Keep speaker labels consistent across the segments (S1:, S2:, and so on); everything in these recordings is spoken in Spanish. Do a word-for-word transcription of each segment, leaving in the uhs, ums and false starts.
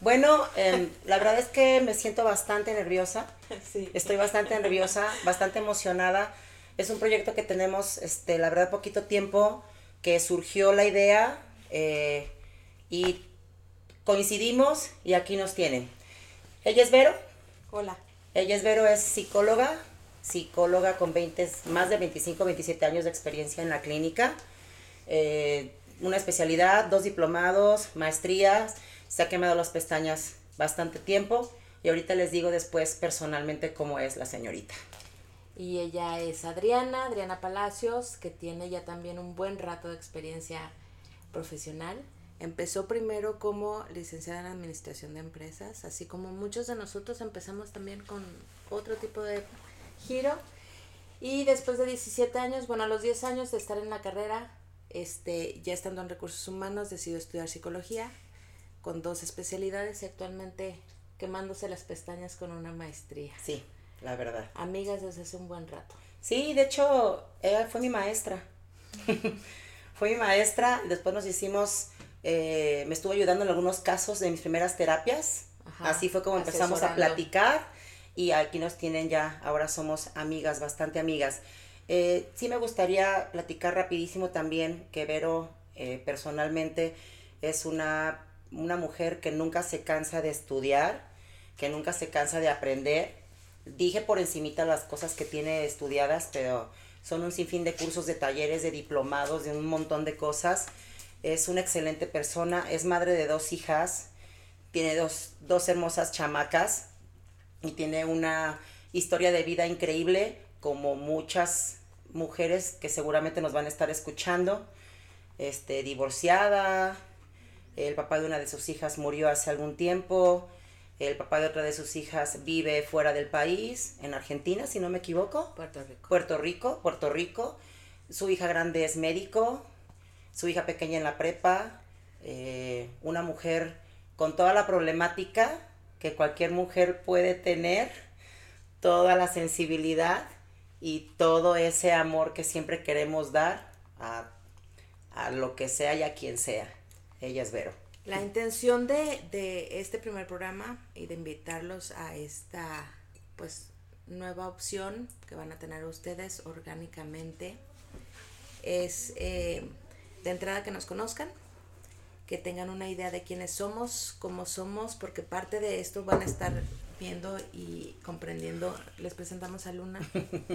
S1: Bueno, eh, la verdad es que me siento bastante nerviosa.
S2: Sí.
S1: Estoy bastante nerviosa, bastante emocionada. Es un proyecto que tenemos, este, la verdad, poquito tiempo que surgió la idea eh, y coincidimos y aquí nos tienen. Ella es Vero.
S2: Hola.
S1: Ella es Vero, es psicóloga, psicóloga con veinte, más de veinticinco, veintisiete años de experiencia en la clínica. Eh, una especialidad, dos diplomados, maestrías. Se ha quemado las pestañas bastante tiempo y ahorita les digo después personalmente cómo es la señorita.
S2: Y ella es Adriana, Adriana Palacios, que tiene ya también un buen rato de experiencia profesional. Empezó primero como licenciada en Administración de Empresas, así como muchos de nosotros empezamos también con otro tipo de giro. Y después de diecisiete años, bueno, a los diez años de estar en la carrera, este, ya estando en Recursos Humanos, decidió estudiar Psicología con dos especialidades y actualmente quemándose las pestañas con una maestría.
S1: Sí, la verdad.
S2: Amigas desde hace un buen rato.
S1: Sí, de hecho, ella fue mi maestra. Fue mi maestra, después nos hicimos, eh, me estuvo ayudando en algunos casos de mis primeras terapias. Ajá, así fue como empezamos a platicar y aquí nos tienen ya, ahora somos amigas, bastante amigas. Eh, sí me gustaría platicar rapidísimo también que Vero eh, personalmente es una, una mujer que nunca se cansa de estudiar, que nunca se cansa de aprender. Dije por encimita las cosas que tiene estudiadas, pero son un sinfín de cursos, de talleres, de diplomados, de un montón de cosas. Es una excelente persona, es madre de dos hijas, tiene dos, dos hermosas chamacas y tiene una historia de vida increíble, como muchas mujeres que seguramente nos van a estar escuchando. Este, divorciada, el papá de una de sus hijas murió hace algún tiempo. El papá de otra de sus hijas vive fuera del país, en Argentina, si no me equivoco.
S2: Puerto Rico.
S1: Puerto Rico, Puerto Rico. Su hija grande es médico, su hija pequeña en la prepa. Eh, una mujer con toda la problemática que cualquier mujer puede tener, toda la sensibilidad y todo ese amor que siempre queremos dar a, a lo que sea y a quien sea. Ella es Vero.
S2: La intención de, de este primer programa y de invitarlos a esta pues nueva opción que van a tener ustedes orgánicamente es eh, de entrada que nos conozcan, que tengan una idea de quiénes somos, cómo somos, porque parte de esto van a estar viendo y comprendiendo. Les presentamos a Luna.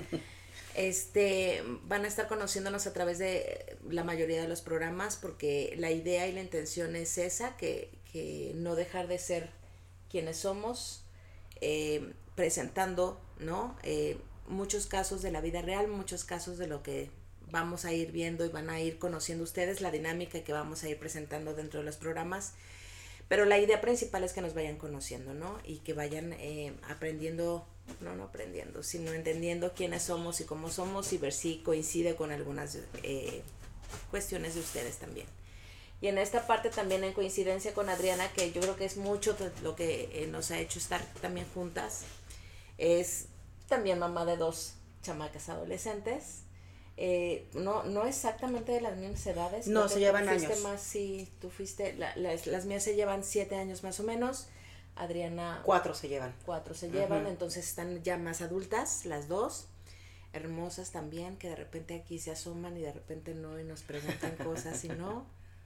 S2: Este, van a estar conociéndonos a través de la mayoría de los programas porque la idea y la intención es esa, que, que no dejar de ser quienes somos, eh, presentando, ¿no? Eh, muchos casos de la vida real, muchos casos de lo que vamos a ir viendo y van a ir conociendo ustedes, la dinámica que vamos a ir presentando dentro de los programas. Pero la idea principal es que nos vayan conociendo, ¿no? Y que vayan eh, aprendiendo, no, no aprendiendo, sino entendiendo quiénes somos y cómo somos y ver si coincide con algunas eh, cuestiones de ustedes también. Y en esta parte también en coincidencia con Adriana, que yo creo que es mucho lo que eh, nos ha hecho estar también juntas, es también mamá de dos chamacas adolescentes. Eh, no no exactamente de las mismas edades.
S1: No, se llevan
S2: fuiste
S1: años.
S2: Más, sí, tú fuiste, la, las, las mías se llevan siete años más o menos. Adriana.
S1: Cuatro se llevan.
S2: Cuatro se llevan, uh-huh. Entonces están ya más adultas, las dos. Hermosas también, que de repente aquí se asoman y de repente no, y nos preguntan cosas y no.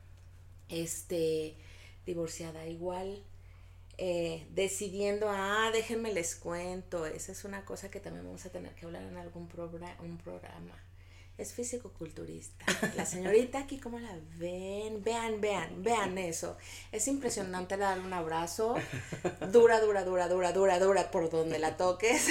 S2: Este, divorciada igual. Eh, decidiendo, ah, déjenme les cuento. Esa es una cosa que también vamos a tener que hablar en algún programa, un programa. Es físico-culturista. La señorita aquí, ¿cómo la ven? Vean, vean, vean eso. Es impresionante darle un abrazo. Dura, dura, dura, dura, dura, dura por donde la toques.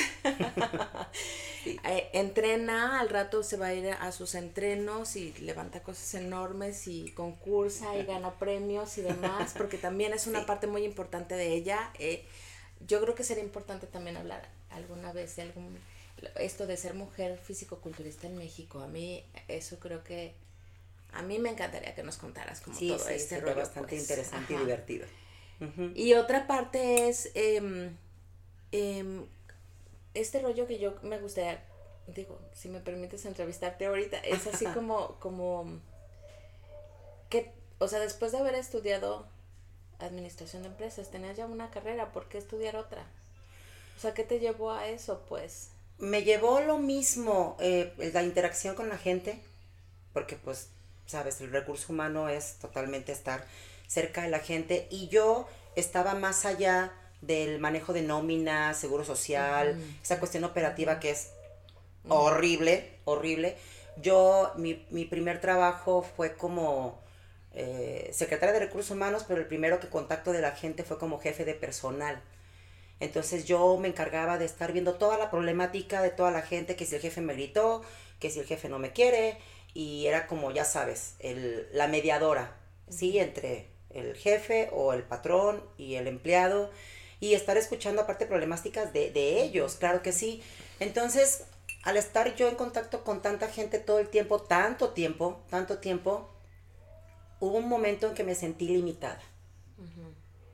S2: Sí. Eh, entrena, al rato se va a ir a sus entrenos y levanta cosas enormes y concursa y gana premios y demás, porque también es una sí. parte muy importante de ella. Eh, yo creo que sería importante también hablar alguna vez de algún... esto de ser mujer físico-culturista en México. A mí eso creo que a mí me encantaría que nos contaras como
S1: sí,
S2: todo
S1: sí,
S2: este
S1: sí,
S2: rollo
S1: bastante
S2: pues.
S1: interesante
S2: Ajá.
S1: y divertido. Uh-huh.
S2: Y otra parte es eh, eh, este rollo que yo me gustaría, digo, si me permites entrevistarte ahorita, es así como como que, o sea, después de haber estudiado administración de empresas, tenías ya una carrera, ¿por qué estudiar otra? O sea, ¿qué te llevó a eso, pues?
S1: Me llevó lo mismo, eh, la interacción con la gente, porque pues, sabes, el recurso humano es totalmente estar cerca de la gente y yo estaba más allá del manejo de nómina, seguro social, uh-huh. esa cuestión operativa uh-huh. que es uh-huh. horrible, horrible. Yo, mi, mi primer trabajo fue como eh, secretaria de recursos humanos, pero el primero que contacto de la gente fue como jefe de personal. Entonces yo me encargaba de estar viendo toda la problemática de toda la gente, que si el jefe me gritó, que si el jefe no me quiere, y era como, ya sabes, el, la mediadora, uh-huh. ¿sí? Entre el jefe o el patrón y el empleado, y estar escuchando aparte problemáticas de, de ellos, claro que sí. Entonces, al estar yo en contacto con tanta gente todo el tiempo, tanto tiempo, tanto tiempo, hubo un momento en que me sentí limitada. Uh-huh.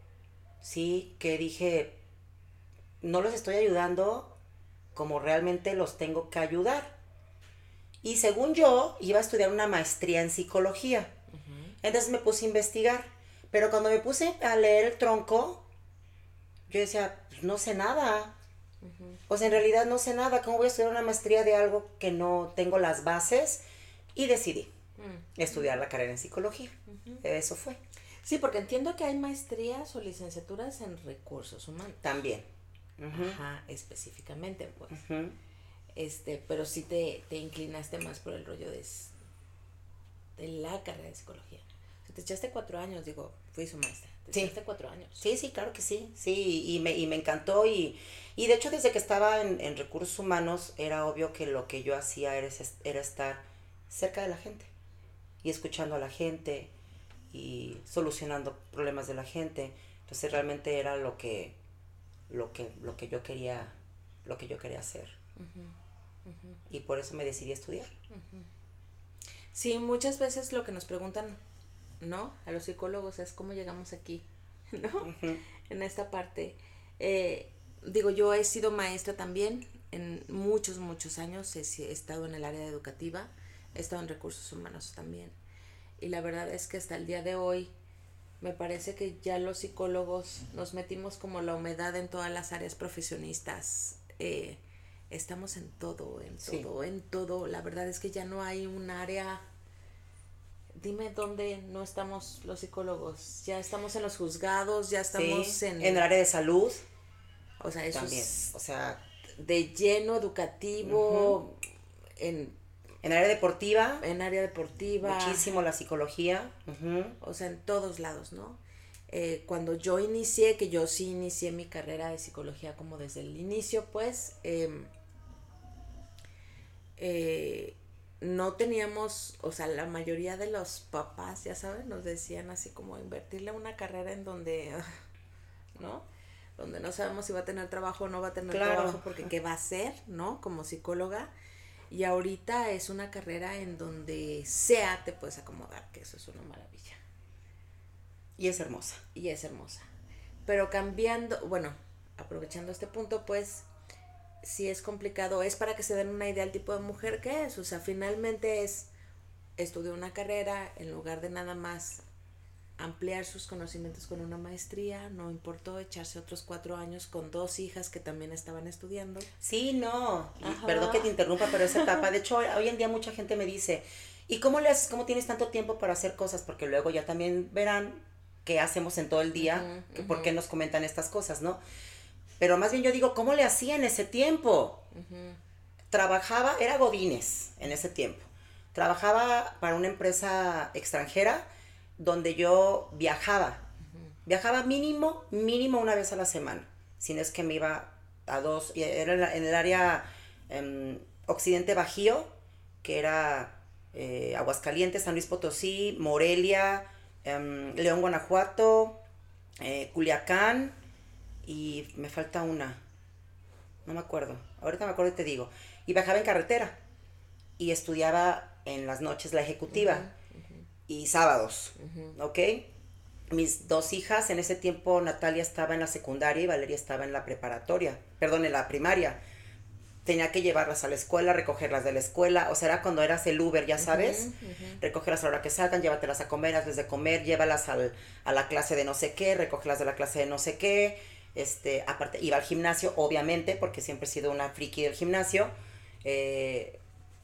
S1: Sí, que dije, no los estoy ayudando como realmente los tengo que ayudar. Y según yo, iba a estudiar una maestría en psicología. Uh-huh. Entonces me puse a investigar. Pero cuando me puse a leer el tronco, yo decía, pues no sé nada. Uh-huh. O sea, en realidad no sé nada. ¿Cómo voy a estudiar una maestría de algo que no tengo las bases? Y decidí uh-huh. estudiar la carrera en psicología. Uh-huh. Eso fue.
S2: Sí, porque entiendo que hay maestrías o licenciaturas en recursos humanos.
S1: También. Uh-huh.
S2: Ajá, específicamente, pues.
S1: Uh-huh.
S2: Este, pero sí te, te inclinaste más por el rollo de, de la carrera de psicología. O sea, te echaste cuatro años, digo, fui su maestra. Te
S1: sí.
S2: echaste cuatro años.
S1: Sí, sí, claro que sí. Sí, y me, y me encantó. Y, y de hecho, desde que estaba en, en recursos humanos, era obvio que lo que yo hacía era, era estar cerca de la gente. Y escuchando a la gente. Y solucionando problemas de la gente. Entonces, realmente era lo que... lo que lo que yo quería lo que yo quería hacer. Uh-huh, uh-huh. Y por eso me decidí a estudiar.
S2: Uh-huh. Sí, muchas veces lo que nos preguntan, ¿no? A los psicólogos es cómo llegamos aquí, ¿no? Uh-huh. En esta parte. Eh, digo, yo he sido maestra también en muchos, muchos años. He, he estado en el área educativa, he estado en recursos humanos también. Y la verdad es que hasta el día de hoy me parece que ya los psicólogos nos metimos como la humedad en todas las áreas profesionistas. Eh, estamos en todo, en
S1: sí.
S2: todo, en todo. La verdad es que ya no hay un área... Dime dónde no estamos los psicólogos. Ya estamos en los juzgados, ya estamos
S1: sí.
S2: en...
S1: En el área de salud.
S2: O sea, eso
S1: también.
S2: Es
S1: o sea...
S2: de lleno educativo, uh-huh. en...
S1: En área deportiva.
S2: En área deportiva.
S1: Muchísimo la psicología. Uh-huh.
S2: O sea, en todos lados, ¿no? Eh, cuando yo inicié, que yo sí inicié mi carrera de psicología como desde el inicio, pues, eh, eh, no teníamos, o sea, la mayoría de los papás, ya saben, nos decían así como invertirle una carrera en donde, ¿no? Donde no sabemos si va a tener trabajo o no va a tener
S1: claro.
S2: trabajo, porque qué va a hacer, ¿no? Como psicóloga. Y ahorita es una carrera en donde sea te puedes acomodar, que eso es una maravilla.
S1: Y es hermosa.
S2: Y es hermosa. Pero cambiando, bueno, aprovechando este punto, pues, sí es complicado. Es para que se den una idea del tipo de mujer que es. O sea, finalmente es, estudió una carrera en lugar de nada más ampliar sus conocimientos con una maestría, no importó echarse otros cuatro años con dos hijas que también estaban estudiando.
S1: Sí, no, perdón que te interrumpa, pero esa etapa, de hecho, hoy en día mucha gente me dice, ¿y cómo le haces, cómo tienes tanto tiempo para hacer cosas? Porque luego ya también verán qué hacemos en todo el día, uh-huh, que uh-huh. por qué nos comentan estas cosas, ¿no? Pero más bien yo digo, ¿cómo le hacía en ese tiempo? Uh-huh. Trabajaba, era godines en ese tiempo, trabajaba para una empresa extranjera, donde yo viajaba, uh-huh. viajaba mínimo, mínimo una vez a la semana, si no es que me iba a dos, era en el área um, Occidente Bajío, que era eh, Aguascalientes, San Luis Potosí, Morelia, um, León, Guanajuato, eh, Culiacán, y me falta una, no me acuerdo, ahorita me acuerdo y te digo, y viajaba en carretera, y estudiaba en las noches la ejecutiva, uh-huh. y sábados, uh-huh. ¿ok? Mis dos hijas, en ese tiempo Natalia estaba en la secundaria y Valeria estaba en la preparatoria, perdón, en la primaria. tenía que llevarlas a la escuela, recogerlas de la escuela, o sea, era cuando eras el Uber, ya sabes, uh-huh, uh-huh. recogerlas a la hora que salgan, llévatelas a comer, hazles de comer, llévalas al, a la clase de no sé qué, recógelas de la clase de no sé qué, este, aparte, iba al gimnasio, obviamente, porque siempre he sido una friki del gimnasio, eh,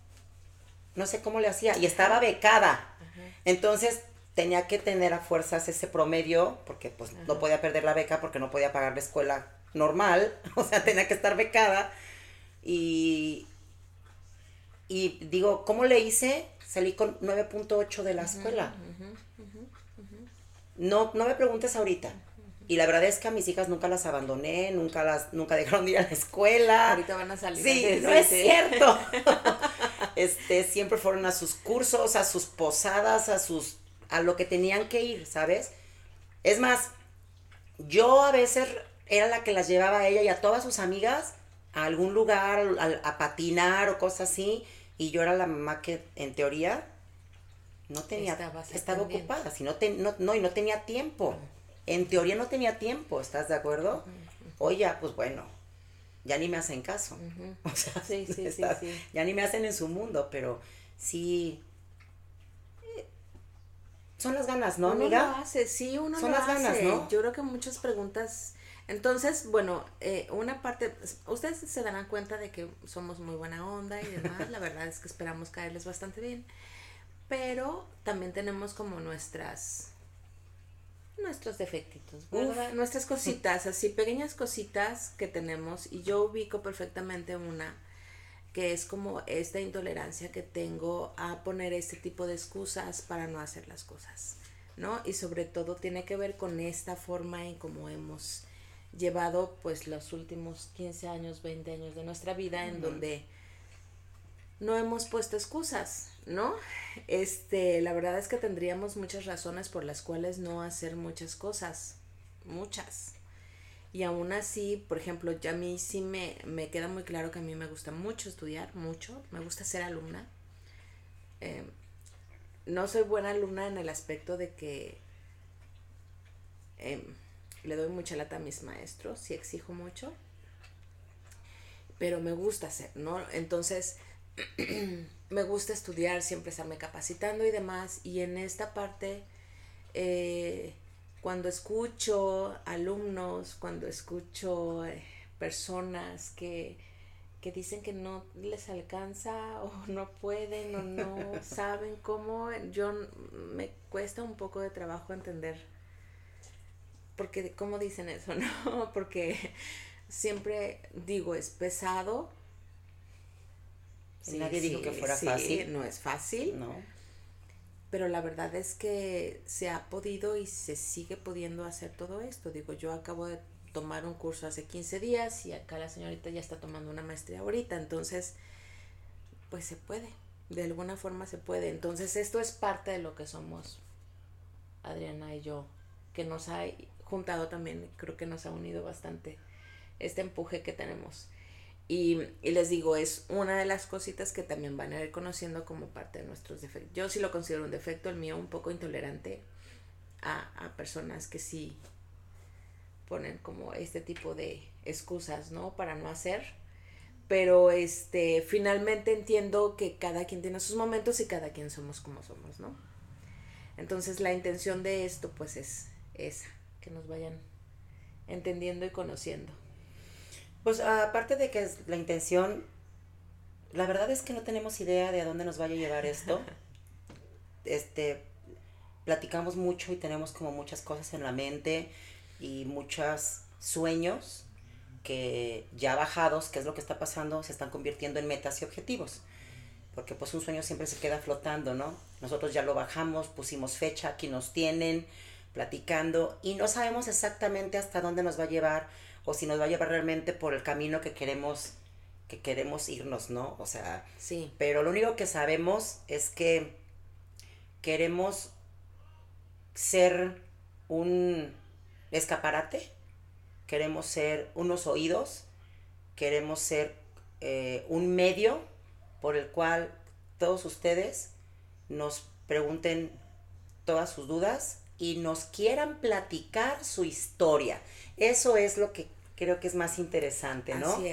S1: no sé cómo le hacía, y estaba becada, uh-huh. entonces tenía que tener a fuerzas ese promedio, porque pues uh-huh. no podía perder la beca, porque no podía pagar la escuela normal, o sea, tenía que estar becada, y, y digo, ¿cómo le hice? Salí con nueve punto ocho de la escuela. Uh-huh, uh-huh, uh-huh. No, no me preguntes ahorita. Uh-huh. Y la verdad es que a mis hijas nunca las abandoné, nunca las, nunca dejaron de ir a la escuela.
S2: Ahorita van a salir.
S1: Sí, sí no sí, es sí. cierto. este, siempre fueron a sus cursos, a sus posadas, a sus, a lo que tenían que ir, ¿sabes? Es más, yo a veces era la que las llevaba a ella y a todas sus amigas a algún lugar, a, a patinar o cosas así, y yo era la mamá que en teoría no tenía, Estabas estaba ocupada, si no, te, no, no, y no tenía tiempo, uh-huh. en teoría no tenía tiempo, ¿estás de acuerdo? Uh-huh. Oye, pues bueno, ya ni me hacen caso, uh-huh. o sea,
S2: sí, sí,
S1: está,
S2: sí, sí.
S1: ya ni me hacen en su mundo, pero sí, eh, son las ganas, ¿no,
S2: uno
S1: amiga?
S2: Uno lo hace, sí, uno
S1: son
S2: lo
S1: las
S2: hace.
S1: ganas, ¿no?
S2: Yo creo que muchas preguntas. Entonces, bueno, eh, una parte, ustedes se darán cuenta de que somos muy buena onda y demás, la verdad es que esperamos caerles bastante bien, pero también tenemos como nuestras, nuestros defectitos, ¿verdad? Uf. Nuestras cositas, así pequeñas cositas que tenemos, y yo ubico perfectamente una, que es como esta intolerancia que tengo a poner este tipo de excusas para no hacer las cosas, ¿no? Y sobre todo tiene que ver con esta forma en cómo hemos llevado pues los últimos quince años, veinte años de nuestra vida, en uh-huh. donde no hemos puesto excusas, ¿no? Este, la verdad es que tendríamos muchas razones por las cuales no hacer muchas cosas, muchas. Y aún así, por ejemplo, ya a mí sí me, me queda muy claro que a mí me gusta mucho estudiar, mucho, me gusta ser alumna. Eh, no soy buena alumna en el aspecto de que eh, le doy mucha lata a mis maestros, sí exijo mucho, pero me gusta hacer, ¿no? Entonces, me gusta estudiar, siempre estarme capacitando y demás, y en esta parte, eh, cuando escucho alumnos, cuando escucho eh, personas que, que dicen que no les alcanza o no pueden o no saben cómo, yo me cuesta un poco de trabajo entender porque cómo dicen eso, ¿no? Porque siempre digo, es pesado.
S1: Sí, nadie sí, dijo que fuera
S2: sí,
S1: fácil.
S2: No es fácil.
S1: No.
S2: Pero la verdad es que se ha podido y se sigue pudiendo hacer todo esto. Digo, yo acabo de tomar un curso hace quince días y acá la señorita ya está tomando una maestría ahorita. Entonces, pues se puede. De alguna forma se puede. Entonces, esto es parte de lo que somos Adriana y yo, que nos ha juntado también, creo que nos ha unido bastante este empuje que tenemos. Y, y les digo, es una de las cositas que también van a ir conociendo como parte de nuestros defectos. Yo sí lo considero un defecto, el mío un poco intolerante a, a personas que sí ponen como este tipo de excusas, ¿no? Para no hacer. Pero este, finalmente entiendo que cada quien tiene sus momentos y cada quien somos como somos, ¿no? Entonces la intención de esto pues es esa, que nos vayan entendiendo y conociendo.
S1: Pues aparte de que es la intención, la verdad es que no tenemos idea de a dónde nos vaya a llevar esto. Este, platicamos mucho y tenemos como muchas cosas en la mente y muchos sueños que ya bajados, que es lo que está pasando, se están convirtiendo en metas y objetivos. Porque pues un sueño siempre se queda flotando, ¿no? Nosotros ya lo bajamos, pusimos fecha, aquí nos tienen platicando y no sabemos exactamente hasta dónde nos va a llevar o si nos va a llevar realmente por el camino que queremos que queremos irnos, ¿no? O sea,
S2: sí.
S1: Pero lo único que sabemos es que queremos ser un escaparate, queremos ser unos oídos, queremos ser eh, un medio por el cual todos ustedes nos pregunten todas sus dudas y nos quieran platicar su historia. Eso es lo que creo que es más interesante, ¿no?
S2: Así es.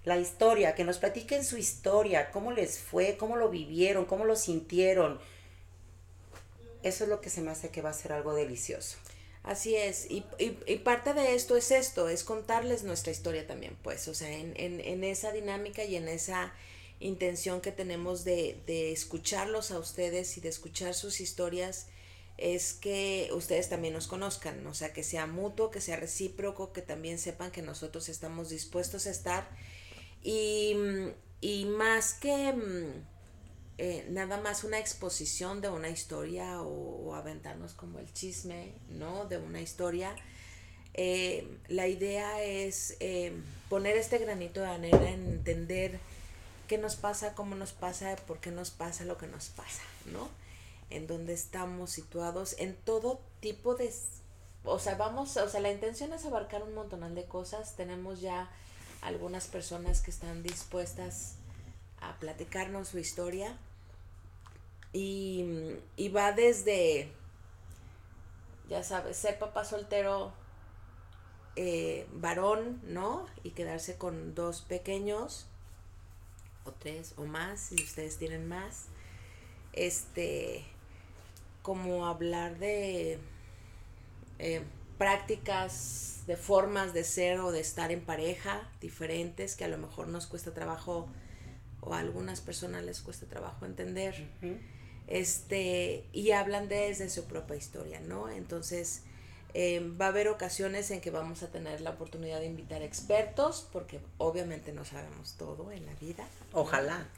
S1: la historia, que nos platiquen su historia, cómo les fue, cómo lo vivieron, cómo lo sintieron. Eso es lo que se me hace que va a ser algo delicioso.
S2: Así es, y, y, y parte de esto es esto, es contarles nuestra historia también, pues, o sea, en, en, en esa dinámica y en esa intención que tenemos de, de escucharlos a ustedes y de escuchar sus historias, es que ustedes también nos conozcan, o sea, que sea mutuo, que sea recíproco, que también sepan que nosotros estamos dispuestos a estar, y, y más que eh, nada más una exposición de una historia o, o aventarnos como el chisme, ¿no? De una historia. Eh, la idea es eh, poner este granito de arena en entender qué nos pasa, cómo nos pasa, por qué nos pasa lo que nos pasa, ¿no? En dónde estamos situados, en todo tipo de... O sea, vamos, o sea, la intención es abarcar un montonal de cosas. Tenemos ya algunas personas que están dispuestas a platicarnos su historia. Y, y va desde, ya sabes, ser papá soltero eh, varón, ¿no? Y quedarse con dos pequeños, o tres, o más, si ustedes tienen más. Este, como hablar de eh, prácticas, de formas de ser o de estar en pareja diferentes, que a lo mejor nos cuesta trabajo, o a algunas personas les cuesta trabajo entender. Uh-huh. Este, y hablan desde su propia historia, ¿no? Entonces, eh, va a haber ocasiones en que vamos a tener la oportunidad de invitar expertos, porque obviamente no sabemos todo en la vida.
S1: Ojalá.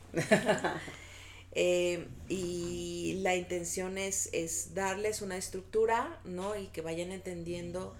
S2: eh, y la intención es, es darles una estructura, ¿no? Y que vayan entendiendo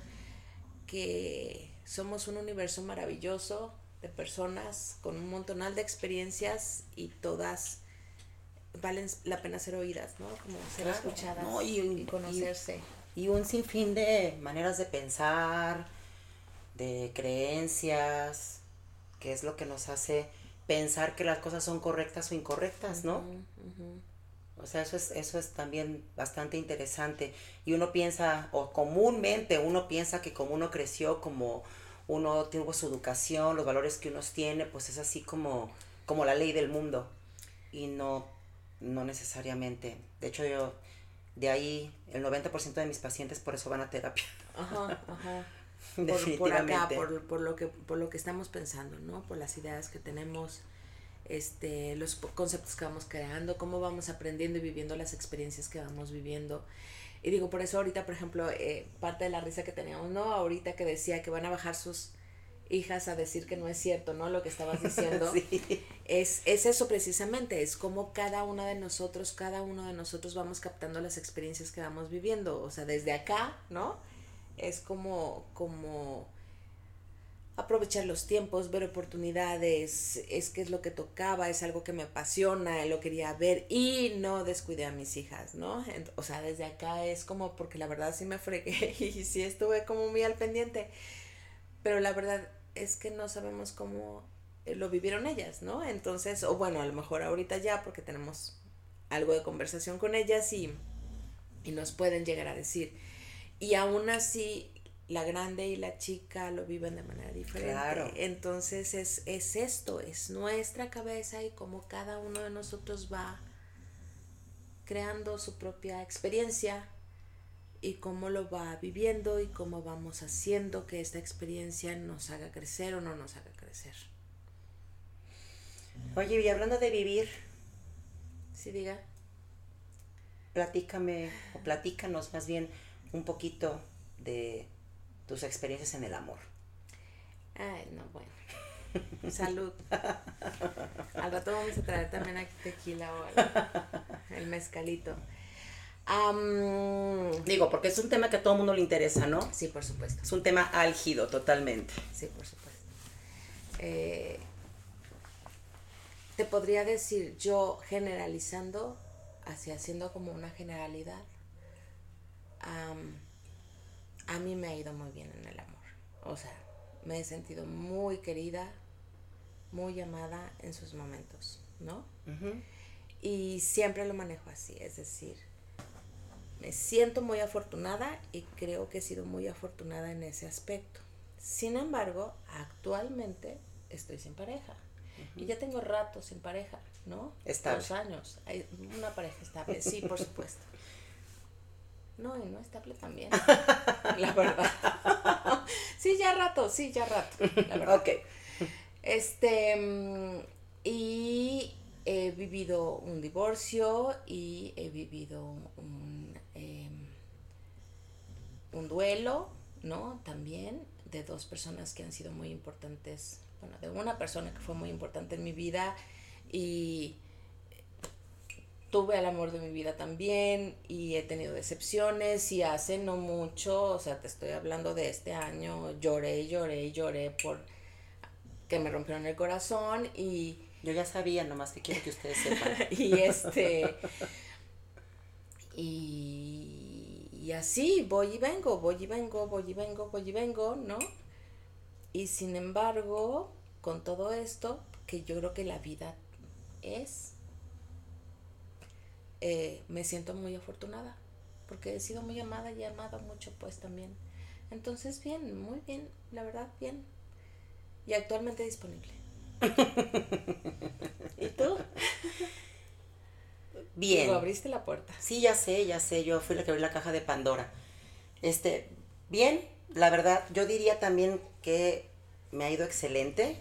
S2: que somos un universo maravilloso de personas con un montonal de experiencias, y todas valen la pena ser oídas, ¿no? Como ser claro, escuchadas, no, y, y conocerse.
S1: Y, y un sinfín de maneras de pensar, de creencias, que es lo que nos hace pensar que las cosas son correctas o incorrectas, ¿no? Uh-huh, uh-huh. O sea, eso es, eso es también bastante interesante. Y uno piensa, o comúnmente uno piensa que como uno creció, como uno tuvo su educación, los valores que uno tiene, pues es así como, como la ley del mundo. Y no, no necesariamente. De hecho, yo, de ahí, el noventa por ciento de mis pacientes por eso van a terapia.
S2: Ajá, ajá. Por, por acá, por, por, lo que, por lo que estamos pensando, ¿no? Por las ideas que tenemos, este, los conceptos que vamos creando, cómo vamos aprendiendo y viviendo las experiencias que vamos viviendo. Y digo, por eso ahorita, por ejemplo, eh, parte de la risa que teníamos, ¿no? Ahorita que decía que van a bajar sus hijas a decir que no es cierto, ¿no? Lo que estabas diciendo. Sí. es, es eso precisamente, es como cada una de nosotros, cada uno de nosotros vamos captando las experiencias que vamos viviendo. O sea, desde acá, ¿no? Es como, como aprovechar los tiempos, ver oportunidades, es que es lo que tocaba, es algo que me apasiona, lo quería ver y no descuidé a mis hijas, ¿no? O sea, desde acá es como, porque la verdad sí me fregué y sí estuve como muy al pendiente, pero la verdad es que no sabemos cómo lo vivieron ellas, ¿no? Entonces, o bueno, a lo mejor ahorita ya, porque tenemos algo de conversación con ellas y, y nos pueden llegar a decir. Y aún así, la grande y la chica lo viven de manera diferente. Claro. Entonces, es, es esto, es nuestra cabeza y cómo cada uno de nosotros va creando su propia experiencia y cómo lo va viviendo y cómo vamos haciendo que esta experiencia nos haga crecer o no nos haga crecer.
S1: Oye, y hablando de vivir.
S2: Sí, diga.
S1: Platícame, o platícanos más bien un poquito de tus experiencias en el amor.
S2: Ay, no, bueno. Salud. Al rato vamos a traer también aquí tequila o algo. El mezcalito. Um,
S1: Digo, porque es un tema que a todo el mundo le interesa, ¿no?
S2: Sí, por supuesto.
S1: Es un tema álgido, totalmente.
S2: Sí, por supuesto. Eh, te podría decir yo, generalizando, así haciendo como una generalidad, um, a mí me ha ido muy bien en el amor. O sea, me he sentido muy querida, muy amada en sus momentos, ¿no? Uh-huh. Y siempre lo manejo así, es decir, me siento muy afortunada y creo que he sido muy afortunada en ese aspecto. Sin embargo, actualmente estoy sin pareja. Uh-huh. Y ya tengo rato sin pareja, ¿no?
S1: Estable.
S2: Dos años. Hay una pareja estable, sí, por supuesto. No, y no estable también, la verdad. Sí, ya rato, sí, ya rato, la verdad.
S1: Ok.
S2: Este, y he vivido un divorcio y he vivido un, eh, un duelo, ¿no? También de dos personas que han sido muy importantes, bueno, de una persona que fue muy importante en mi vida y tuve al amor de mi vida también y he tenido decepciones y hace no mucho, o sea, te estoy hablando de este año, lloré, lloré, lloré por que me rompieron el corazón y...
S1: Yo ya sabía, nomás que quiero que ustedes sepan.
S2: y este... Y, y así, voy y vengo, voy y vengo, voy y vengo, voy y vengo, ¿no? Y sin embargo, con todo esto, que yo creo que la vida es... Eh, me siento muy afortunada porque he sido muy amada y he amado mucho pues también, entonces bien, muy bien, la verdad bien y actualmente disponible. ¿Y tú?
S1: Bien.
S2: Digo, abriste la puerta.
S1: Sí, ya sé, ya sé, yo fui la que abrí la caja de Pandora. Este, bien, la verdad, yo diría también que me ha ido excelente,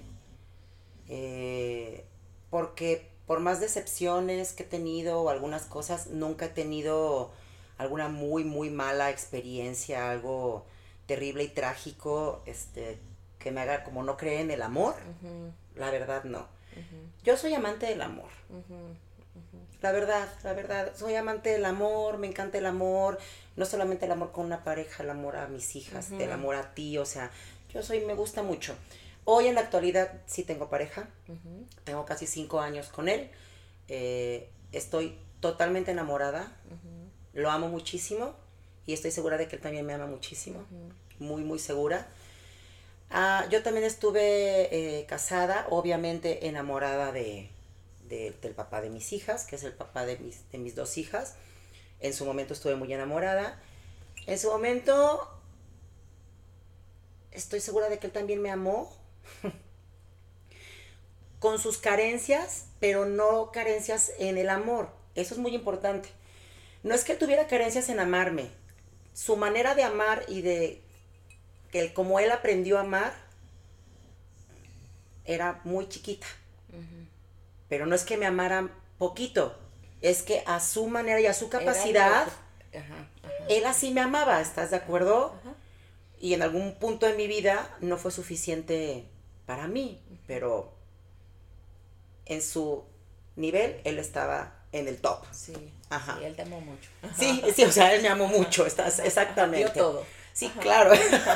S1: eh, porque por más decepciones que he tenido o algunas cosas, nunca he tenido alguna muy, muy mala experiencia, algo terrible y trágico, este, que me haga como no creer en el amor. Uh-huh. La verdad, no. Uh-huh. Yo soy amante del amor. Uh-huh. Uh-huh. La verdad, la verdad, soy amante del amor, me encanta el amor, no solamente el amor con una pareja, el amor a mis hijas, uh-huh. el amor a ti, o sea, yo soy, me gusta mucho. Hoy en la actualidad sí tengo pareja, uh-huh. tengo casi cinco años con él, eh, estoy totalmente enamorada, uh-huh. lo amo muchísimo y estoy segura de que él también me ama muchísimo, uh-huh. muy, muy segura. Ah, yo también estuve eh, casada, obviamente enamorada de, de, del papá de mis hijas, que es el papá de mis, de mis dos hijas. En su momento estuve muy enamorada. En su momento estoy segura de que él también me amó. Con sus carencias, pero no carencias en el amor. Eso es muy importante. No es que él tuviera carencias en amarme. Su manera de amar y de que como él aprendió a amar era muy chiquita. Uh-huh. Pero no es que me amara poquito, es que a su manera y a su capacidad, que... ajá, ajá. él así me amaba, ¿estás de acuerdo? Ajá. Y en algún punto de mi vida no fue suficiente para mí, uh-huh. pero en su nivel él estaba en el top.
S2: Sí, ajá. Sí, él te amó mucho.
S1: Sí, sí, o sea, él me amó mucho, estás, exactamente.
S2: Dio todo.
S1: Sí, ajá. Claro.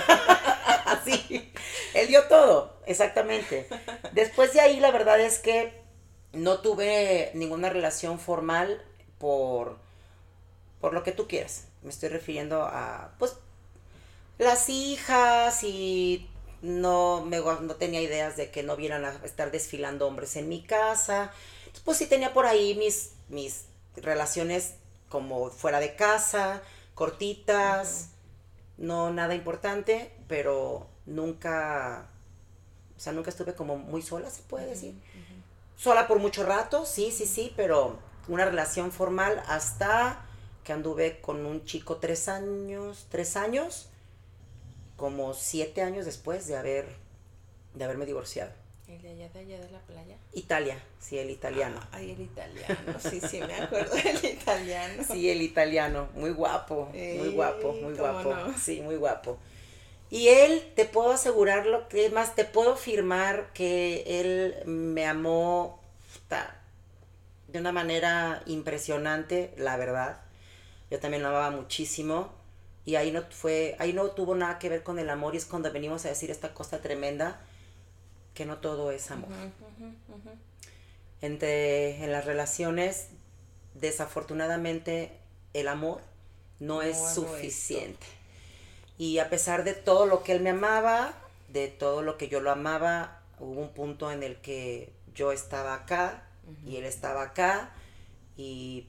S1: Sí, él dio todo, exactamente. Después de ahí, la verdad es que no tuve ninguna relación formal por, por lo que tú quieras. Me estoy refiriendo a, pues, las hijas y no, me, no tenía ideas de que no vieran a estar desfilando hombres en mi casa. Pues sí tenía por ahí mis, mis relaciones como fuera de casa, cortitas, uh-huh. no nada importante, pero nunca, o sea, nunca estuve como muy sola, se puede uh-huh. decir. Uh-huh. Sola por mucho rato, sí, sí, sí, pero una relación formal hasta que anduve con un chico tres años, tres años, como siete años después de haber, de haberme divorciado.
S2: ¿El de allá de allá de la playa?
S1: Italia, sí, el italiano.
S2: Ah, ay, el italiano, sí, sí, me acuerdo del italiano.
S1: Sí, el italiano, muy guapo, Ey, muy guapo, muy guapo,
S2: no?
S1: sí, muy guapo. Y él, te puedo asegurar lo que es más, te puedo afirmar que él me amó ta, de una manera impresionante, la verdad. Yo también lo amaba muchísimo y ahí no fue, ahí no tuvo nada que ver con el amor y es cuando venimos a decir esta cosa tremenda, que no todo es amor. Uh-huh, uh-huh, uh-huh. Entre, en las relaciones, desafortunadamente, el amor no, no es suficiente. Esto. Y a pesar de todo lo que él me amaba, de todo lo que yo lo amaba, hubo un punto en el que yo estaba acá uh-huh. y él estaba acá y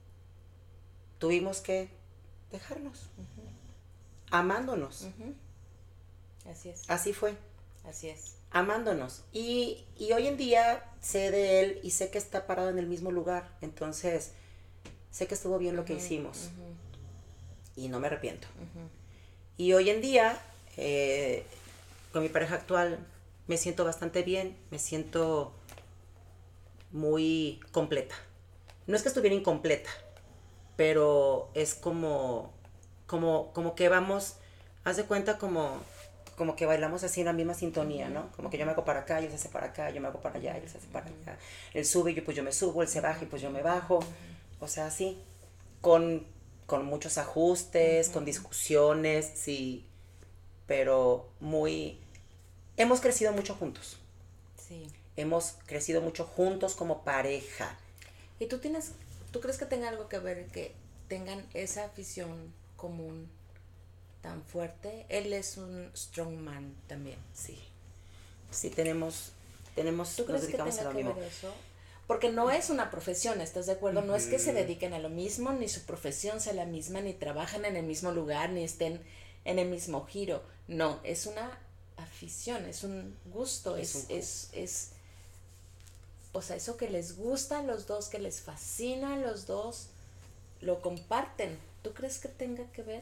S1: tuvimos que dejarnos, uh-huh. amándonos.
S2: Uh-huh. Así es.
S1: Así fue.
S2: Así es.
S1: Amándonos. Y, y hoy en día sé de él y sé que está parado en el mismo lugar. Entonces, sé que estuvo bien lo que
S2: Uh-huh,
S1: hicimos.
S2: uh-huh.
S1: Y no me arrepiento.
S2: Uh-huh.
S1: Y hoy en día, eh, con mi pareja actual, me siento bastante bien. Me siento muy completa. No es que estuviera incompleta, pero es como, como, como que vamos, haz de cuenta como, como que bailamos así en la misma sintonía,
S2: Uh-huh,
S1: ¿no? Como
S2: uh-huh.
S1: que yo me hago para acá y él se hace para acá, yo me hago para allá y él se hace para allá. Él sube y yo, pues yo me subo, él se baja y pues yo me bajo. O sea, así, con, con muchos ajustes,
S2: Uh-huh.
S1: con discusiones, sí, pero muy... Hemos crecido mucho juntos.
S2: Sí.
S1: Hemos crecido mucho juntos como pareja.
S2: ¿Y tú tienes, tú crees que tenga algo que ver que tengan esa afición común tan fuerte? Él es un strongman también.
S1: Sí, sí tenemos, tenemos,
S2: ¿Tú
S1: nos
S2: crees que
S1: dedicamos a
S2: tenga
S1: lo
S2: que
S1: mismo.
S2: ver eso? Porque no es una profesión, ¿estás de acuerdo? No es que se
S1: Ujú.
S2: dediquen a lo mismo, ni su profesión sea la misma, ni trabajan en el mismo lugar, ni estén en el mismo giro. No, es una afición, es un gusto,
S1: Es
S2: es,
S1: un
S2: es, es, o sea, eso que les gusta a los dos, que les fascina a los dos, lo comparten. ¿Tú crees que tenga que ver?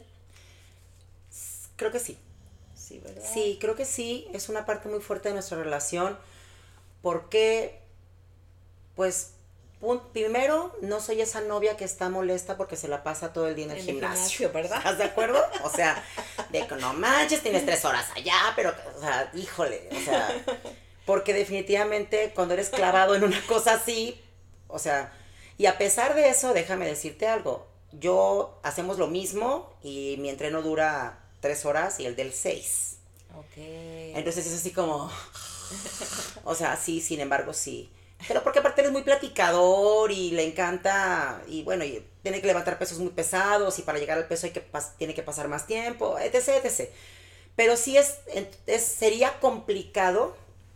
S1: Creo que sí.
S2: Sí, ¿verdad?
S1: Sí, creo que sí. Es una parte muy fuerte de nuestra relación. Porque, pues, pun- primero, no soy esa novia que está molesta porque se la pasa todo el día en el
S2: En el
S1: gimnasio.
S2: gimnasio, ¿verdad?
S1: ¿Estás de acuerdo? O sea, de que no manches, tienes tres horas allá, pero, o sea, híjole, o sea, porque definitivamente cuando eres clavado en una cosa así, o sea, y a pesar de eso, déjame decirte algo, yo hacemos lo mismo y mi entreno dura tres horas y el del seis.
S2: Ok.
S1: Entonces es así como, o sea, sí, sin embargo, sí. Pero porque aparte él es muy platicador y le encanta, y bueno, y tiene que levantar pesos muy pesados y para llegar al peso hay que pas- tiene que pasar más tiempo, etc, etcétera. Pero sí es, es sería complicado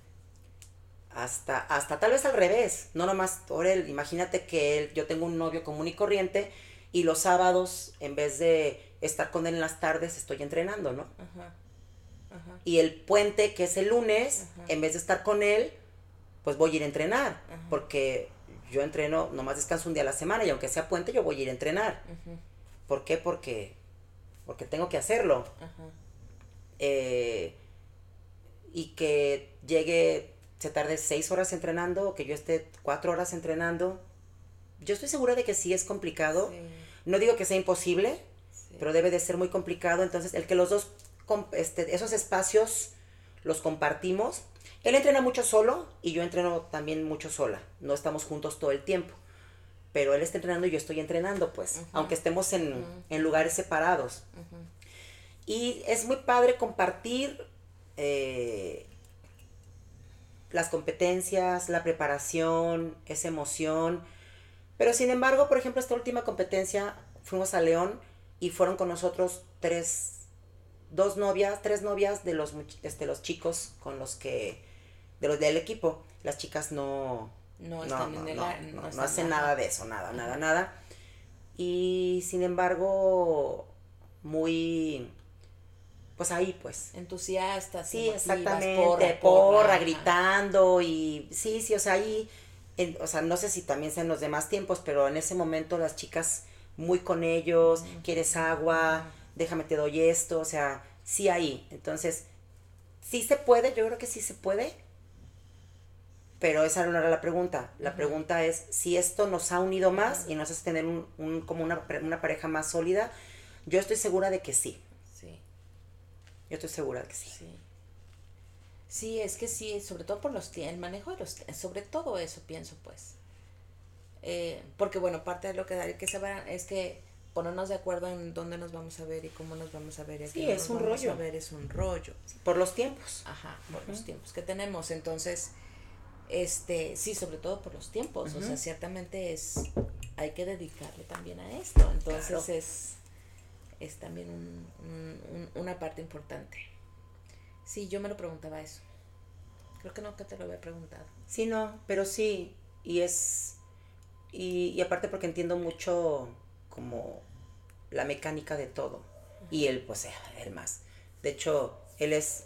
S1: hasta, hasta tal vez al revés, no nomás por él. Imagínate que él, yo tengo un novio común y corriente y los sábados, en vez de estar con él en las tardes, estoy entrenando, ¿no?
S2: Ajá. Ajá.
S1: Y el puente, que es el lunes,
S2: Ajá.
S1: en vez de estar con él, pues voy a ir a entrenar,
S2: Ajá.
S1: porque yo entreno, nomás descanso un día a la semana y aunque sea puente, yo voy a ir a entrenar.
S2: Ajá.
S1: ¿Por qué? Porque, porque tengo que hacerlo.
S2: Ajá.
S1: Eh, y que llegue, se tarde seis horas entrenando o que yo esté cuatro horas entrenando. Yo estoy segura de que sí es complicado.
S2: Sí.
S1: No digo que sea imposible,
S2: Sí.
S1: pero debe de ser muy complicado. Entonces, el que los dos, este, esos espacios los compartimos. Él entrena mucho solo y yo entreno también mucho sola. No estamos juntos todo el tiempo. Pero él está entrenando y yo estoy entrenando, pues. Uh-huh. Aunque estemos en, uh-huh. en lugares separados. Uh-huh. Y es muy padre compartir eh, las competencias, la preparación, esa emoción. Pero sin embargo, por ejemplo, esta última competencia fuimos a León y fueron con nosotros tres, dos novias, tres novias de los, este, los chicos con los que, de los del equipo. Las chicas no,
S2: no,
S1: no,
S2: no,
S1: no,
S2: el,
S1: no,
S2: no,
S1: no, no hacen nada. nada de eso, nada, Ajá. nada, nada. Y sin embargo, muy, pues ahí, pues.
S2: Entusiastas,
S1: sí, exactamente,
S2: porra,
S1: porra, porra gritando y sí, sí, o sea, ahí, en, o sea, no sé si también sean los demás tiempos, pero en ese momento las chicas muy con ellos, uh-huh. ¿Quieres agua? Uh-huh. Déjame te doy esto, o sea, sí ahí. Entonces, sí se puede, yo creo que sí se puede, pero esa no era la pregunta. La uh-huh. pregunta es si esto nos ha unido más uh-huh. y nos hace tener un, un como una, una pareja más sólida. Yo estoy segura de que sí.
S2: Sí.
S1: Yo estoy segura de que sí.
S2: Sí. Sí, es que sí, sobre todo por los el manejo de los sobre todo eso pienso pues. Eh, porque bueno, parte de lo que hay que saber es que ponernos de acuerdo en dónde nos vamos a ver y cómo nos vamos a ver y
S1: sí, es
S2: nos
S1: un
S2: vamos
S1: rollo.
S2: a ver es un rollo.
S1: Por los tiempos.
S2: Ajá, por uh-huh. los tiempos que tenemos. Entonces, este, sí, sobre todo por los tiempos. Uh-huh. O sea, ciertamente es, hay que dedicarle también a esto. Entonces claro. es, es también un, un, un, una parte importante. Sí, yo me lo preguntaba eso. Creo que no que te lo había preguntado.
S1: Sí, no, pero sí, y es, y, y aparte porque entiendo mucho como la mecánica de todo. Uh-huh. Y él, pues, él más. De hecho, él es,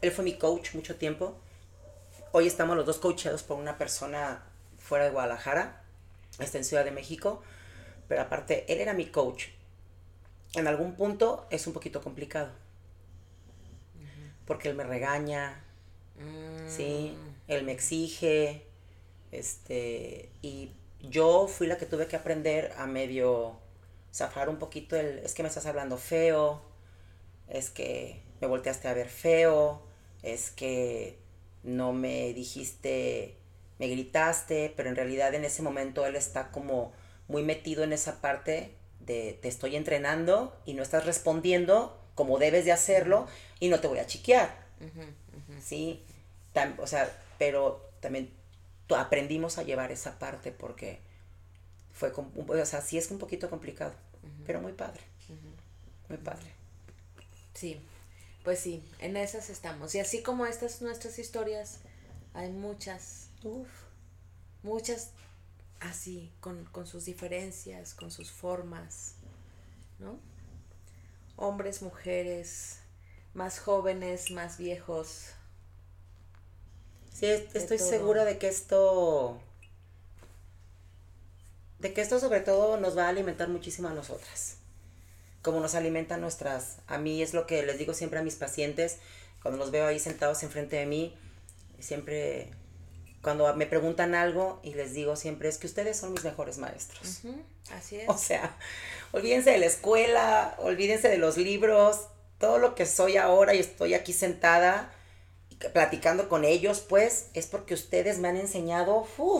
S1: él fue mi coach mucho tiempo. Hoy estamos los dos coachados por una persona fuera de Guadalajara, está en Ciudad de México, pero aparte, él era mi coach. En algún punto es un poquito complicado, uh-huh. porque él me regaña, mm. ¿sí? Él me exige, este, y yo fui la que tuve que aprender a medio zafar un poquito el, es que me estás hablando feo, es que me volteaste a ver feo, es que no me dijiste, me gritaste, pero en realidad en ese momento él está como muy metido en esa parte de te estoy entrenando y no estás respondiendo como debes de hacerlo y no te voy a chiquear, uh-huh, uh-huh. ¿sí? Tam, o sea, pero también aprendimos a llevar esa parte porque fue, o sea, sí es un poquito complicado, uh-huh. pero muy padre, uh-huh. muy padre.
S2: Sí, pues sí, en esas estamos. Y así como estas nuestras historias, hay muchas, uf, muchas así, con, con sus diferencias, con sus formas, ¿no? Hombres, mujeres, más jóvenes, más viejos.
S1: Sí, estoy segura de que esto, de que esto sobre todo nos va a alimentar muchísimo a nosotras, como nos alimentan nuestras, a mí es lo que les digo siempre a mis pacientes, cuando los veo ahí sentados enfrente de mí, siempre, cuando me preguntan algo y les digo siempre, es que ustedes son mis mejores maestros.
S2: Uh-huh, así es.
S1: O sea, olvídense de la escuela, olvídense de los libros, todo lo que soy ahora y estoy aquí sentada platicando con ellos, pues, es porque ustedes me han enseñado uf,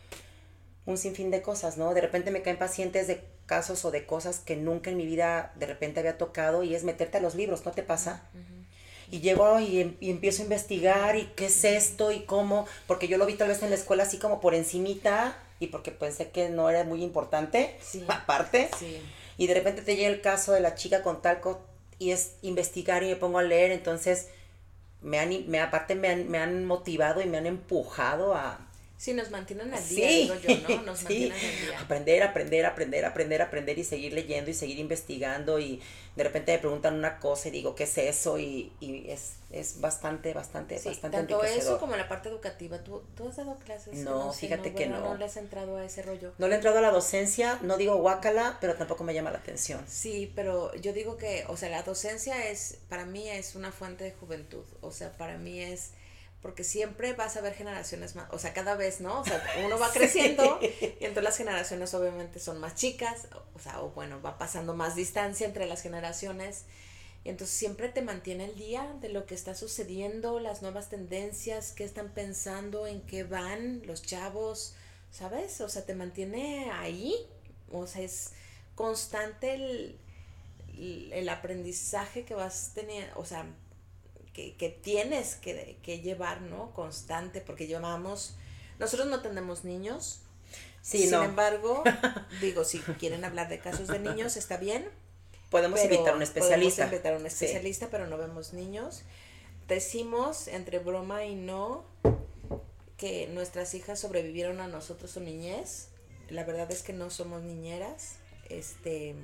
S1: un sinfín de cosas, ¿no? De repente me caen pacientes de casos o de cosas que nunca en mi vida de repente había tocado y es meterte a los libros, ¿no te pasa? Uh-huh. Y llego y, y empiezo a investigar y qué es esto y cómo, porque yo lo vi tal vez en la escuela así como por encimita y porque pensé que no era muy importante, sí. aparte, sí. y de repente te llega el caso de la chica con talco y es investigar y me pongo a leer, entonces me han, me, aparte me han, me han motivado y me han empujado a...
S2: Sí, nos mantienen al día, sí, digo yo, ¿no? Nos
S1: sí.
S2: mantienen al día.
S1: Aprender, aprender, aprender, aprender, aprender y seguir leyendo y seguir investigando y de repente me preguntan una cosa y digo, ¿qué es eso? Y, y es, es bastante, bastante,
S2: sí,
S1: bastante
S2: tanto
S1: enriquecedor.
S2: Eso como la parte educativa. ¿Tú, tú has dado clases?
S1: No, no sé, fíjate no, que no.
S2: No le has entrado a ese rollo.
S1: No le he entrado a la docencia, no digo guácala, pero tampoco me llama la atención.
S2: Sí, pero yo digo que, o sea, la docencia es, para mí es una fuente de juventud. O sea, para mí es... porque siempre vas a ver generaciones más, o sea, cada vez, ¿no? O sea, uno va creciendo sí. y entonces las generaciones obviamente son más chicas, o sea, o bueno, va pasando más distancia entre las generaciones y entonces siempre te mantiene el día de lo que está sucediendo, las nuevas tendencias, qué están pensando, en qué van los chavos, ¿sabes? O sea, te mantiene ahí, o sea, es constante el, el aprendizaje que vas teniendo, o sea, Que, que tienes que, que llevar, ¿no? Constante, porque llevamos, nosotros no tenemos niños,
S1: sí,
S2: sin
S1: no.
S2: embargo, digo, si quieren hablar de casos de niños, está bien.
S1: Podemos invitar a un especialista.
S2: Podemos invitar a un especialista, sí. pero no vemos niños. Decimos, entre broma y no, que nuestras hijas sobrevivieron a nosotros su niñez. La verdad es que no somos niñeras, este...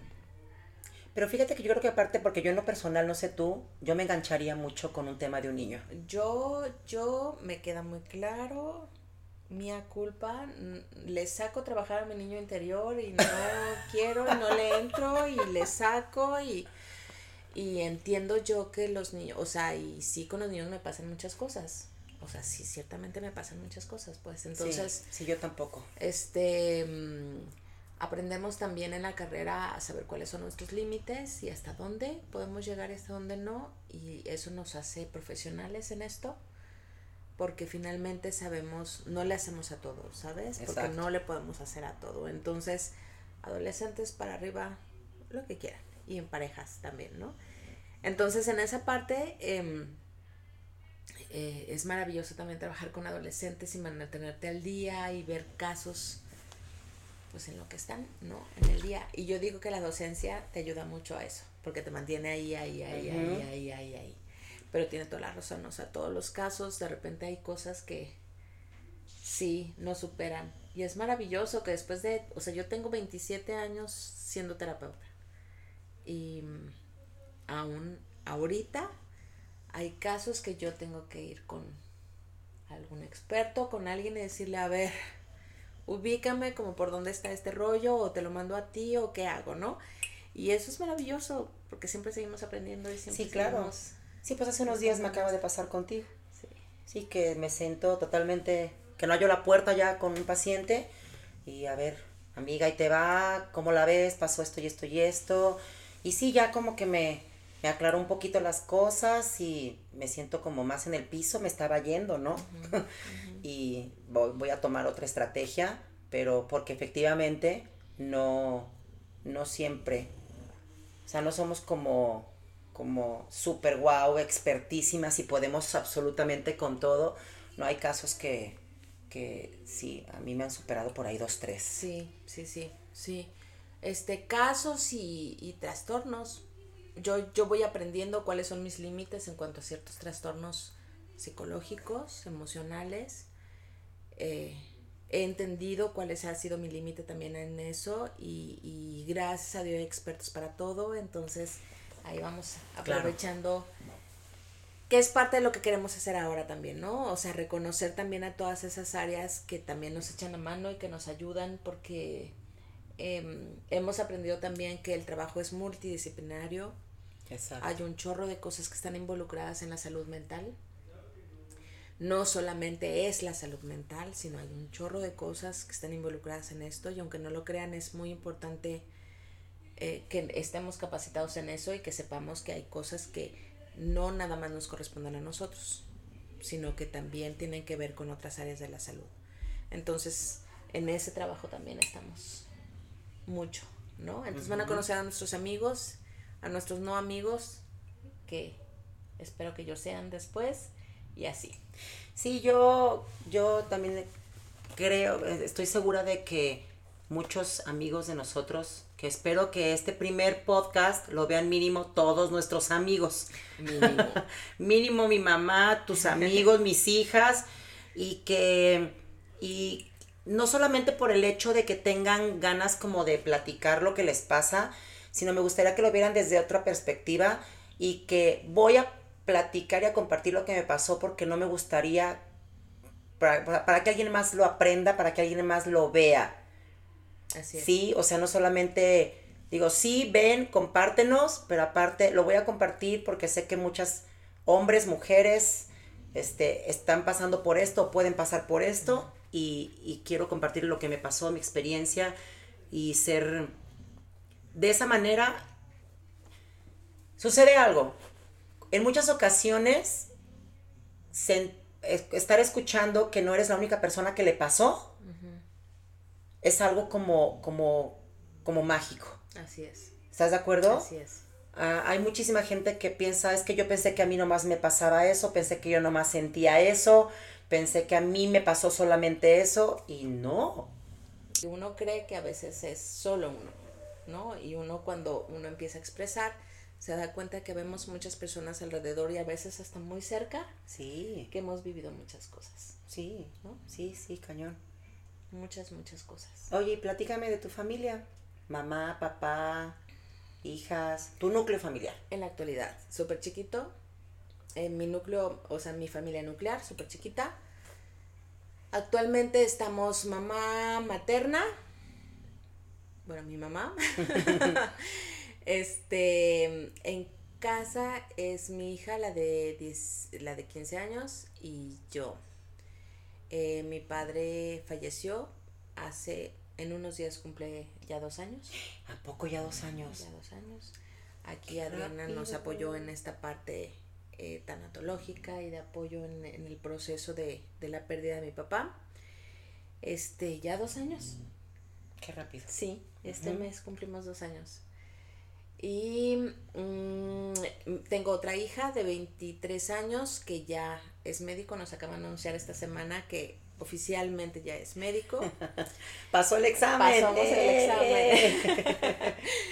S1: Pero fíjate que yo creo que aparte, porque yo en lo personal, no sé tú, yo me engancharía mucho con un tema de un niño.
S2: Yo, yo, me queda muy claro, mía culpa, le saco trabajar a mi niño interior y no quiero, no le entro y le saco y, y entiendo yo que los niños, o sea, y sí con los niños me pasan muchas cosas. O sea, sí, ciertamente me pasan muchas cosas, pues, entonces...
S1: Sí, sí, yo tampoco.
S2: Este... Aprendemos también en la carrera a saber cuáles son nuestros límites y hasta dónde podemos llegar y hasta dónde no, y eso nos hace profesionales en esto, porque finalmente sabemos, no le hacemos a todo, ¿sabes? Exacto. Porque no le podemos hacer a todo. Entonces, adolescentes para arriba, lo que quieran, y en parejas también, ¿no? Entonces, en esa parte, eh, eh, es maravilloso también trabajar con adolescentes y mantenerte al día y ver casos pues en lo que están, ¿no? En el día. Y yo digo que la docencia te ayuda mucho a eso, porque te mantiene ahí, ahí, ahí, uh-huh. ahí, ahí, ahí, ahí. Pero tiene toda la razón, o sea, todos los casos, de repente hay cosas que sí, no superan. Y es maravilloso que después de, o sea, yo tengo veintisiete años siendo terapeuta. Y aún ahorita hay casos que yo tengo que ir con algún experto, con alguien y decirle, a ver, ubícame como por dónde está este rollo, o te lo mando a ti, o qué hago, ¿no? Y eso es maravilloso, porque siempre seguimos aprendiendo y siempre
S1: sí, claro.
S2: seguimos...
S1: Sí, pues hace unos días me acaba de pasar contigo.
S2: Sí.
S1: Sí, que me siento totalmente, que no hallo la puerta ya con un paciente y a ver, amiga, ¿y te va? ¿Cómo la ves? Pasó esto y esto y esto. Y sí, ya como que me, me aclaró un poquito las cosas y me siento como más en el piso, me estaba yendo, ¿no? Uh-huh, uh-huh. Y voy, voy a tomar otra estrategia, pero porque efectivamente no, no siempre, o sea, no somos como, como super wow, expertísimas y podemos absolutamente con todo. No, hay casos que, que sí, a mí me han superado por ahí dos, tres.
S2: Sí, sí, sí, sí. Este, casos y, y trastornos. Yo, yo voy aprendiendo cuáles son mis límites en cuanto a ciertos trastornos psicológicos, emocionales. Eh, he entendido cuál ha sido mi límite también en eso y, y gracias a Dios hay expertos para todo, entonces ahí vamos aprovechando, claro, que es parte de lo que queremos hacer ahora también, ¿no? O sea, reconocer también a todas esas áreas que también nos echan la mano y que nos ayudan, porque eh, hemos aprendido también que el trabajo es multidisciplinario. Exacto. Hay un chorro de cosas que están involucradas en la salud mental. No solamente es la salud mental, sino hay un chorro de cosas que están involucradas en esto, y aunque no lo crean, es muy importante eh, que estemos capacitados en eso y que sepamos que hay cosas que no nada más nos corresponden a nosotros, sino que también tienen que ver con otras áreas de la salud. Entonces, en ese trabajo también estamos mucho, ¿no? Entonces uh-huh. van a conocer a nuestros amigos, a nuestros no amigos, que espero que ellos sean después, y así.
S1: Sí, yo, yo también creo, estoy segura de que muchos amigos de nosotros, que espero que este primer podcast lo vean mínimo todos nuestros amigos. Mínimo. Mínimo mi mamá, tus amigos, mis hijas, y que, y no solamente por el hecho de que tengan ganas como de platicar lo que les pasa, sino me gustaría que lo vieran desde otra perspectiva, y que voy a platicar y a compartir lo que me pasó porque no me gustaría para, para que alguien más lo aprenda, para que alguien más lo vea.
S2: Así es.
S1: Sí, o sea, no solamente digo, sí, ven, compártenos, pero aparte lo voy a compartir porque sé que muchas hombres, mujeres, este, están pasando por esto, pueden pasar por esto, uh-huh. y, y quiero compartir lo que me pasó, mi experiencia, y ser de esa manera. Sucede algo. En muchas ocasiones, se, estar escuchando que no eres la única persona que le pasó, uh-huh. es algo como, como, como mágico.
S2: Así es.
S1: ¿Estás de acuerdo?
S2: Así es.
S1: Uh, hay muchísima gente que piensa, es que yo pensé que a mí nomás me pasaba eso, pensé que yo nomás sentía eso, pensé que a mí me pasó solamente eso, y no.
S2: Uno cree que a veces es solo uno, ¿no? Y uno, cuando uno empieza a expresar, se da cuenta que vemos muchas personas alrededor y a veces hasta muy cerca.
S1: Sí.
S2: Que hemos vivido muchas cosas.
S1: Sí, ¿no? Sí, sí, cañón.
S2: Muchas, muchas cosas.
S1: Oye, platícame de tu familia. Mamá, papá, hijas, tu núcleo familiar.
S2: En la actualidad, súper chiquito. En mi núcleo, o sea, mi familia nuclear, súper chiquita. Actualmente estamos mamá materna. Bueno, mi mamá. Este, en casa es mi hija, la de diez, la de quince años, y yo. Eh, mi padre falleció hace, en unos días cumple ya dos años.
S1: ¿A poco ya dos años?
S2: Ya dos años. Aquí Adriana rápido. Nos apoyó en esta parte eh, tanatológica y de apoyo en, en el proceso de, de la pérdida de mi papá. Este, ya dos años.
S1: Qué rápido.
S2: Sí, este uh-huh. mes cumplimos dos años. Y mmm, tengo otra hija de veintitrés años que ya es médico. Nos acaban de anunciar esta semana que oficialmente ya es médico.
S1: Pasó el examen.
S2: Pasamos ¡Eh! el examen.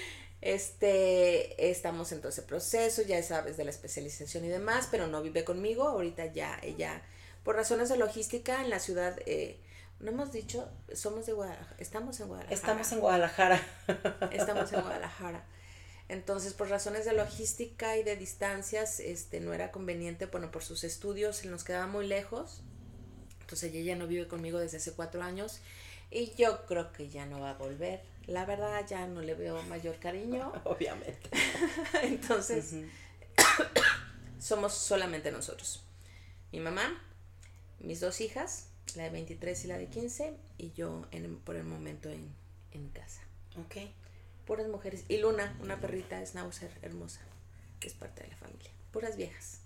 S2: Este, estamos en todo ese proceso, ya sabes, de la especialización y demás, pero no vive conmigo. Ahorita ya ella, por razones de logística, en la ciudad, eh, no hemos dicho, somos de Guadalajara, estamos en Guadalajara.
S1: Estamos en Guadalajara.
S2: Estamos en Guadalajara. Entonces, por razones de logística y de distancias, este, no era conveniente, bueno, por sus estudios, se nos quedaba muy lejos. Entonces, ella ya no vive conmigo desde hace cuatro años y yo creo que ya no va a volver. La verdad, ya no le veo mayor cariño.
S1: Obviamente.
S2: Entonces, uh-huh. somos solamente nosotros. Mi mamá, mis dos hijas, la de veintitrés y la de quince, y yo en, por el momento en, en casa.
S1: Ok.
S2: Puras mujeres. Y Luna, una perrita schnauzer hermosa, que es parte de la familia. Puras viejas.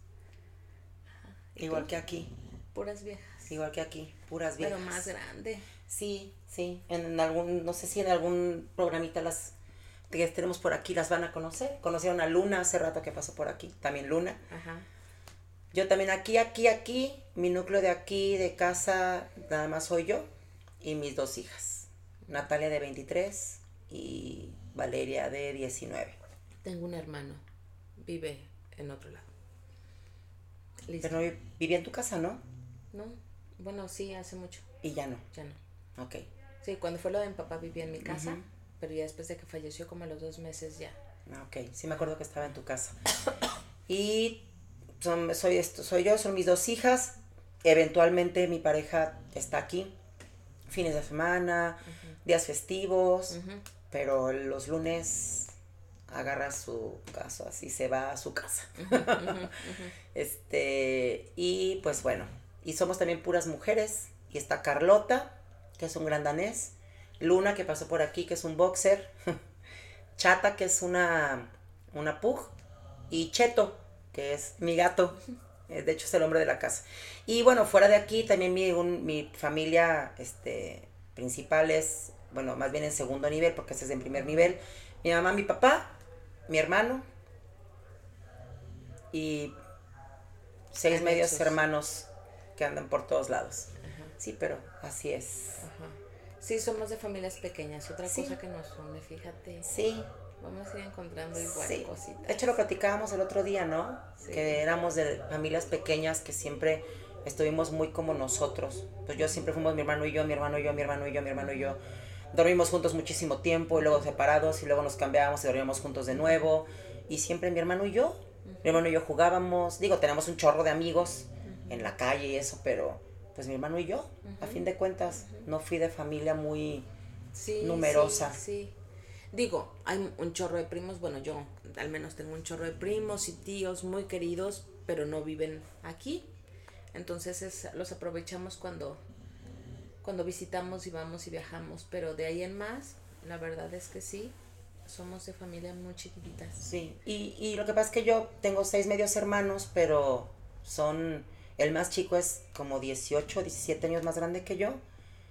S1: Igual que aquí.
S2: Puras viejas.
S1: Igual que aquí, puras viejas.
S2: Pero más grande.
S1: Sí, sí. En algún, no sé si en algún programita las que tenemos por aquí las van a conocer. Conocieron a Luna hace rato que pasó por aquí. También Luna.
S2: Ajá.
S1: Yo también aquí, aquí, aquí. Mi núcleo de aquí, de casa, nada más soy yo. Y mis dos hijas. Natalia de veintitrés y Valeria de diecinueve.
S2: Tengo un hermano. Vive en otro lado.
S1: Listo. Pero no vivía en tu casa, ¿no?
S2: No. Bueno, sí, hace mucho.
S1: ¿Y ya no?
S2: Ya no.
S1: Ok.
S2: Sí, cuando fue lo de mi papá vivía en mi casa, uh-huh. pero ya después de que falleció, como a los dos meses ya.
S1: Ok, sí me acuerdo que estaba en tu casa. Y son, soy, esto, soy yo, son mis dos hijas. Eventualmente mi pareja está aquí. Fines de semana, uh-huh. días festivos, uh-huh. pero los lunes agarra su caso, así se va a su casa. Uh-huh, uh-huh. Este, y pues bueno, y somos también puras mujeres. Y está Carlota, que es un gran danés. Luna, que pasó por aquí, que es un boxer. Chata, que es una, una pug. Y Cheto, que es mi gato. De hecho, es el hombre de la casa. Y bueno, fuera de aquí, también mi, un, mi familia este, principal es, bueno, más bien en segundo nivel, porque ese es en primer nivel. Mi mamá, mi papá, mi hermano. Y seis Anexos. medios hermanos que andan por todos lados. Sí, pero así es.
S2: Ajá. Sí, somos de familias pequeñas. Otra
S1: sí.
S2: cosa que nos une, fíjate.
S1: Sí.
S2: Vamos a ir encontrando igual
S1: sí.
S2: cositas.
S1: De hecho, lo platicábamos el otro día, ¿no? Sí. Que éramos de familias pequeñas que siempre estuvimos muy como nosotros. Pues yo siempre fuimos mi hermano y yo, mi hermano y yo, mi hermano y yo, mi hermano y yo. Dormimos juntos muchísimo tiempo y luego separados y luego nos cambiábamos y dormíamos juntos de nuevo. Y siempre mi hermano y yo. Uh-huh. Mi hermano y yo jugábamos. Digo, tenemos un chorro de amigos uh-huh. en la calle y eso, pero... pues mi hermano y yo, uh-huh. a fin de cuentas, uh-huh. no fui de familia muy sí, numerosa.
S2: Sí, sí. Digo, hay un chorro de primos, bueno, yo al menos tengo un chorro de primos y tíos muy queridos, pero no viven aquí. Entonces es, los aprovechamos cuando, cuando visitamos y vamos y viajamos, pero de ahí en más, la verdad es que sí, somos de familia muy chiquititas.
S1: Sí, y, y lo que pasa es que yo tengo seis medios hermanos, pero son... El más chico es como dieciocho, diecisiete años más grande que yo.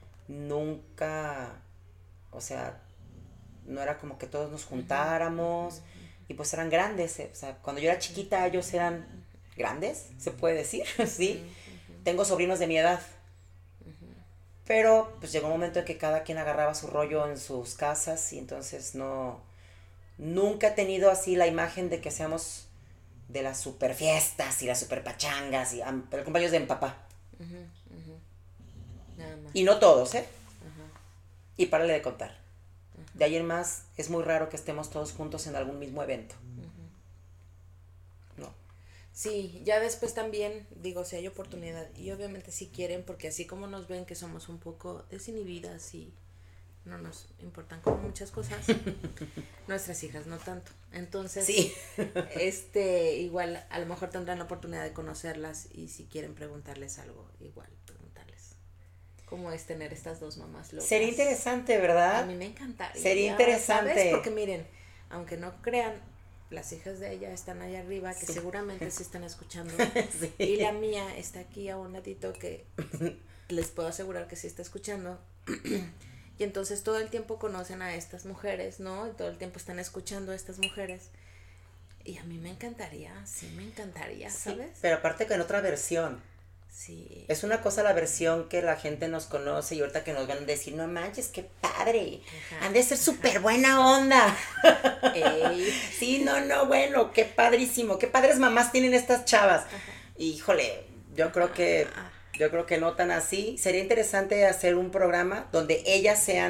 S1: Nunca, o sea, no era como que todos nos juntáramos. Uh-huh. Y pues eran grandes. Eh. O sea, cuando yo era chiquita, ellos eran grandes, se puede decir, sí. Uh-huh. Tengo sobrinos de mi edad. Uh-huh. Pero pues llegó un momento en que cada quien agarraba su rollo en sus casas y entonces no... Nunca he tenido así la imagen de que seamos... de las super fiestas y las super pachangas y um, el cumpleaños de mi papá. Uh-huh, uh-huh. Nada más. Y no todos, ¿eh? Uh-huh. Y párale de contar. Uh-huh. De ahí en más, es muy raro que estemos todos juntos en algún mismo evento. Uh-huh. No.
S2: Sí, ya después también, digo, si hay oportunidad, y obviamente si quieren, porque así como nos ven que somos un poco desinhibidas y no nos importan como muchas cosas, nuestras hijas no tanto. Entonces,
S1: sí.
S2: este, igual a lo mejor tendrán la oportunidad de conocerlas y si quieren preguntarles algo, igual preguntarles cómo es tener estas dos mamás locas.
S1: Sería interesante, ¿verdad?
S2: A mí me encantaría.
S1: Sería interesante.
S2: ¿Sabes? Porque miren, aunque no crean, las hijas de ella están allá arriba, que sí. seguramente se están escuchando. Sí. Y la mía está aquí a un ladito que les puedo asegurar que sí está escuchando. Y entonces todo el tiempo conocen a estas mujeres, ¿no? Y todo el tiempo están escuchando a estas mujeres. Y a mí me encantaría, sí me encantaría, ¿sabes?
S1: Sí, pero aparte que en otra versión.
S2: Sí.
S1: Es una cosa la versión que la gente nos conoce y ahorita que nos van a decir, no manches, qué padre. Ajá. Han de ser súper buena onda. Ey. Sí, no, no, bueno, qué padrísimo. Qué padres mamás tienen estas chavas. Ajá. Híjole, yo creo que... Yo creo que no tan así. Sería interesante hacer un programa donde ellas sean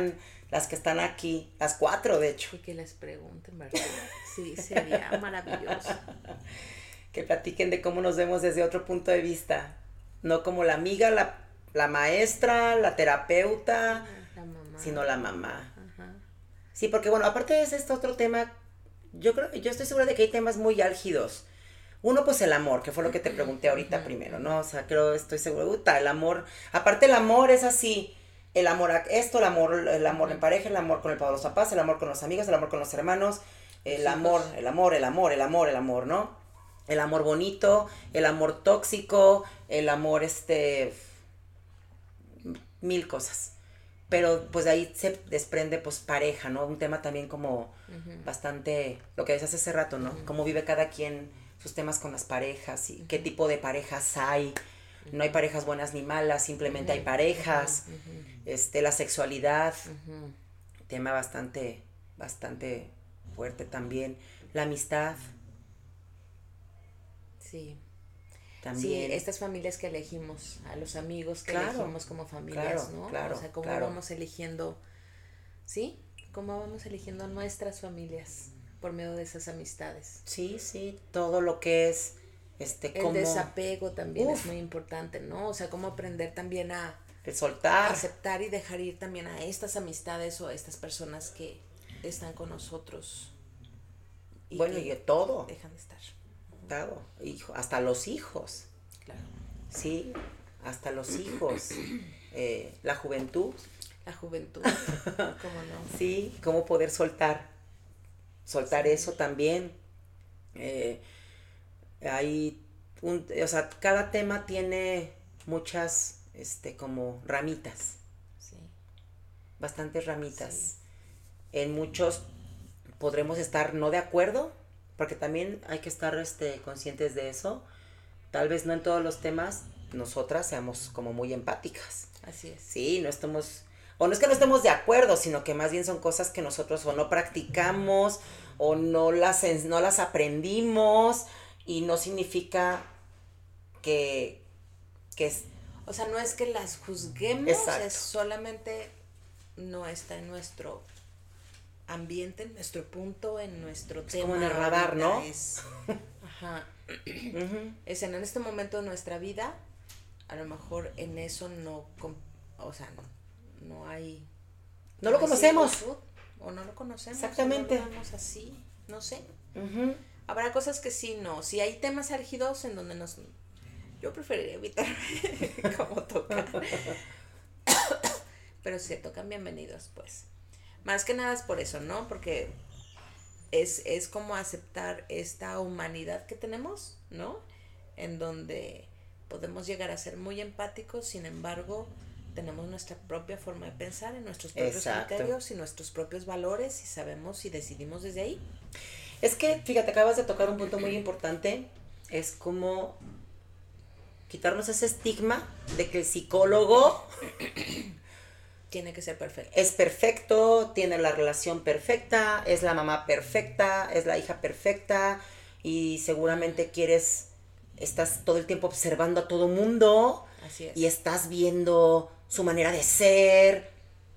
S1: las que están aquí, las cuatro de hecho.
S2: Y que les pregunten, ¿verdad? Sí, sería maravilloso.
S1: Que platiquen de cómo nos vemos desde otro punto de vista. No como la amiga, la, la maestra, la terapeuta,
S2: la mamá.
S1: Sino la mamá.
S2: Ajá.
S1: Sí, porque bueno, aparte de este otro tema, yo creo, yo estoy segura de que hay temas muy álgidos. Uno, pues el amor, que fue lo que te pregunté ahorita uh-huh, primero, ¿no? O sea, creo, estoy segura, uta, el amor, aparte el amor es así, el amor a esto, el amor, el amor en pareja, el amor con el papá de los papás, el amor con los amigos, el amor con los hermanos, el amor, el amor, el amor, el amor, el amor, ¿no? El amor bonito, el amor tóxico, el amor, este, mil cosas. Pero pues de ahí se desprende pues pareja, ¿no? Un tema también como uh-huh. bastante, lo que decías hace rato, ¿no? Uh-huh. Cómo vive cada quien sus temas con las parejas y uh-huh. qué tipo de parejas hay. Uh-huh. No hay parejas buenas ni malas, simplemente uh-huh. hay parejas. Uh-huh. Este, la sexualidad, uh-huh. tema bastante, bastante fuerte también. La amistad.
S2: Sí.
S1: También.
S2: Sí, estas familias que elegimos, a los amigos que
S1: claro,
S2: elegimos como familias,
S1: claro,
S2: ¿no?
S1: Claro,
S2: o sea, cómo
S1: claro.
S2: vamos eligiendo, ¿sí? Cómo vamos eligiendo nuestras familias por medio de esas amistades.
S1: Sí, sí, todo lo que es, este,
S2: el
S1: cómo...
S2: desapego también Uf. es muy importante, ¿no? O sea, cómo aprender también a...
S1: El soltar.
S2: Aceptar y dejar ir también a estas amistades o a estas personas que están con nosotros.
S1: Y bueno, y de todo.
S2: Dejan de estar.
S1: Claro, hijo, hasta los hijos.
S2: Claro.
S1: Sí, hasta los hijos. Eh, la juventud.
S2: La juventud, ¿cómo no?
S1: Sí, cómo poder soltar. Soltar sí. eso también. Eh, hay un, o sea, cada tema tiene muchas, este, como ramitas.
S2: Sí.
S1: Bastantes ramitas.
S2: Sí.
S1: En muchos podremos estar no de acuerdo, porque también hay que estar este, conscientes de eso. Tal vez no en todos los temas nosotras seamos como muy empáticas.
S2: Así es.
S1: Sí, no estamos, o no es que no estemos de acuerdo, sino que más bien son cosas que nosotros o no practicamos, o no las, no las aprendimos, y no significa que, que es...
S2: O sea, no es que las juzguemos, Exacto. es solamente no está en nuestro... ambiente, en nuestro punto, en nuestro
S1: es
S2: tema.
S1: Como en el radar, ¿no?
S2: Es, ajá. Uh-huh. Es en este momento de nuestra vida, a lo mejor en eso no, o sea, no, no hay...
S1: No, no lo conocemos.
S2: O no lo conocemos.
S1: Exactamente.
S2: O no lo vemos así, no sé.
S1: Uh-huh.
S2: Habrá cosas que sí, no. Si hay temas álgidos en donde nos... Yo preferiría evitar como tocar. Pero si se tocan, bienvenidos, pues. Más que nada es por eso, ¿no? Porque es, es como aceptar esta humanidad que tenemos, ¿no? En donde podemos llegar a ser muy empáticos, sin embargo, tenemos nuestra propia forma de pensar, en nuestros propios
S1: Exacto.
S2: criterios y nuestros propios valores, y sabemos y decidimos desde ahí.
S1: Es que, fíjate, acabas de tocar un punto muy importante, es como quitarnos ese estigma de que el psicólogo...
S2: Tiene que ser perfecto.
S1: Es perfecto, tiene la relación perfecta, es la mamá perfecta, es la hija perfecta, y seguramente quieres, estás todo el tiempo observando a todo mundo.
S2: Así es.
S1: Y estás viendo su manera de ser.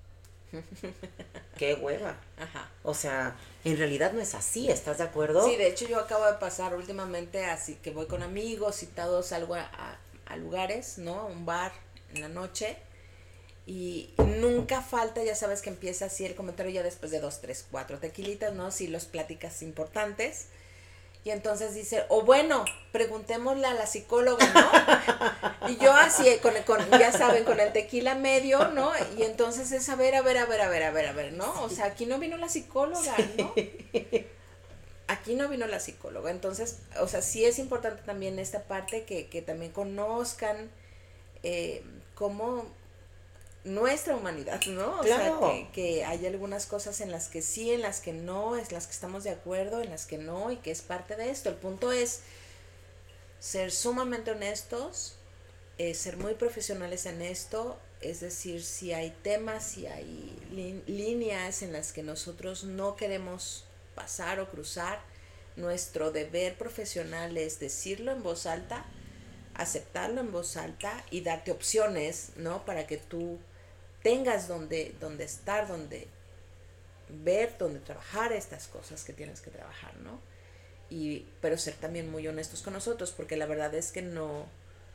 S1: Qué hueva.
S2: Ajá.
S1: O sea, en realidad no es así, ¿estás de acuerdo?
S2: Sí, de hecho yo acabo de pasar últimamente, así que voy con amigos citados, salgo a, a, a lugares, ¿no? A un bar en la noche. Y nunca falta, ya sabes que empieza así el comentario ya después de dos, tres, cuatro tequilitas, ¿no? Sí, los pláticas importantes. Y entonces dice, o bueno, preguntémosle a la psicóloga, ¿no? Y yo así, con, con, ya saben, con el tequila medio, ¿no? Y entonces es a ver, a ver, a ver, a ver, a ver, a ver, ¿no? O sea, aquí no vino la psicóloga, ¿no? Aquí no vino la psicóloga. Entonces, o sea, sí es importante también esta parte que, que también conozcan eh, cómo... nuestra humanidad, ¿no? O
S1: claro.
S2: sea, que, que hay algunas cosas en las que sí, en las que no, en las que estamos de acuerdo, en las que no, y que es parte de esto. El punto es ser sumamente honestos, eh, ser muy profesionales en esto, es decir, si hay temas, si hay li- líneas en las que nosotros no queremos pasar o cruzar, nuestro deber profesional es decirlo en voz alta, aceptarlo en voz alta y darte opciones, ¿no? Para que tú tengas donde, donde estar, donde ver dónde trabajar estas cosas que tienes que trabajar, ¿no? Y, pero ser también muy honestos con nosotros, porque la verdad es que no,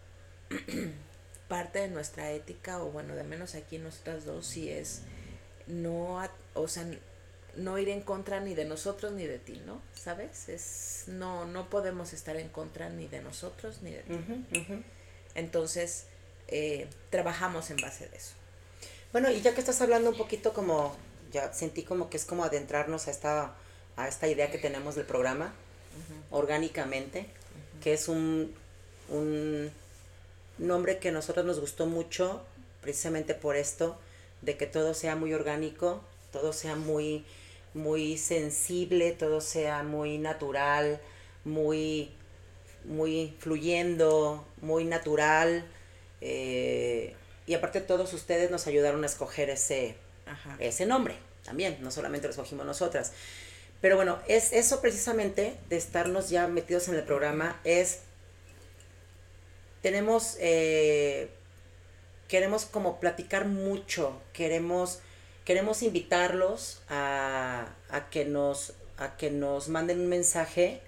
S2: parte de nuestra ética, o bueno, de menos aquí nosotras dos, sí es no, o sea, no ir en contra ni de nosotros ni de ti, ¿no? ¿Sabes? Es, no, no podemos estar en contra ni de nosotros ni de ti.
S1: Uh-huh, uh-huh.
S2: Entonces, eh, trabajamos en base de eso.
S1: Bueno, y ya que estás hablando un poquito como, ya sentí como que es como adentrarnos a esta, a esta idea que tenemos del programa, uh-huh. orgánicamente, uh-huh. que es un, un nombre que a nosotros nos gustó mucho, precisamente por esto, de que todo sea muy orgánico, todo sea muy, muy sensible, todo sea muy natural, muy, muy fluyendo, muy natural, eh, y aparte todos ustedes nos ayudaron a escoger ese, Ajá. ese nombre también, no solamente lo escogimos nosotras. Pero bueno, es eso precisamente de estarnos ya metidos en el programa, es, tenemos, eh, queremos como platicar mucho, queremos, queremos invitarlos a, a, que nos, a que nos manden un mensaje,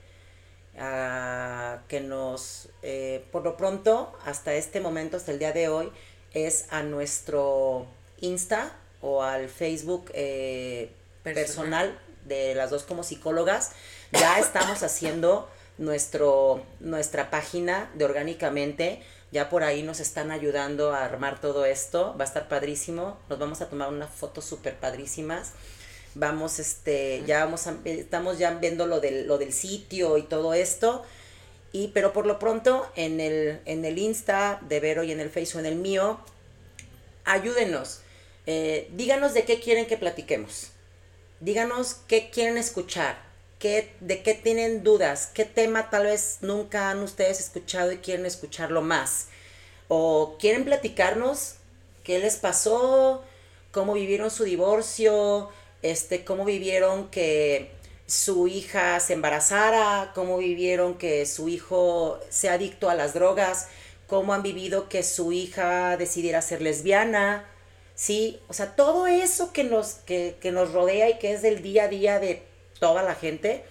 S1: a que nos, eh, por lo pronto, hasta este momento, hasta el día de hoy, es a nuestro Insta o al Facebook eh, personal. personal de las dos como psicólogas. Ya estamos haciendo nuestro, nuestra página de Orgánicamente. Ya por ahí nos están ayudando a armar todo esto. Va a estar padrísimo. Nos vamos a tomar unas fotos súper padrísimas. Vamos, este, ya vamos a, estamos ya viendo lo del, lo del sitio y todo esto. Y, pero por lo pronto, en el, en el Insta de Vero y en el Facebook, en el mío, ayúdenos. Eh, díganos de qué quieren que platiquemos. Díganos qué quieren escuchar. Qué, de qué tienen dudas. Qué tema tal vez nunca han ustedes escuchado y quieren escucharlo más. O quieren platicarnos qué les pasó, cómo vivieron su divorcio, este, cómo vivieron que su hija se embarazara, cómo vivieron que su hijo sea adicto a las drogas, cómo han vivido que su hija decidiera ser lesbiana, ¿sí? O sea, todo eso que nos, que, que nos rodea y que es del día a día de toda la gente,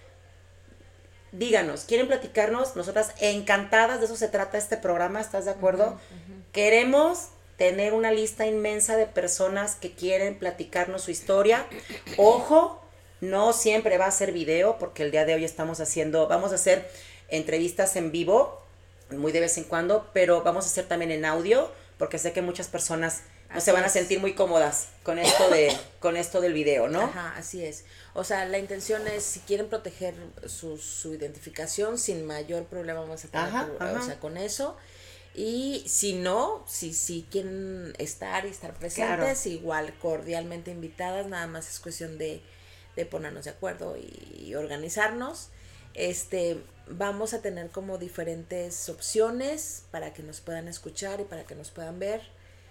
S1: díganos, ¿quieren platicarnos? Nosotras encantadas, de eso se trata este programa, ¿estás de acuerdo? Uh-huh, uh-huh. Queremos tener una lista inmensa de personas que quieren platicarnos su historia. Ojo, no siempre va a ser video, porque el día de hoy estamos haciendo, vamos a hacer entrevistas en vivo, muy de vez en cuando, pero vamos a hacer también en audio, porque sé que muchas personas no así se van a sentir es. muy cómodas con esto de con esto del video, ¿no?
S2: Ajá, así es. O sea, la intención es, si quieren proteger su, su identificación, sin mayor problema vamos a tener, ajá, pro, ajá. o sea, con eso. Y si no, si, si quieren estar y estar presentes, claro. igual cordialmente invitadas, nada más es cuestión de, de ponernos de acuerdo y, y organizarnos. Este, vamos a tener como diferentes opciones para que nos puedan escuchar y para que nos puedan ver.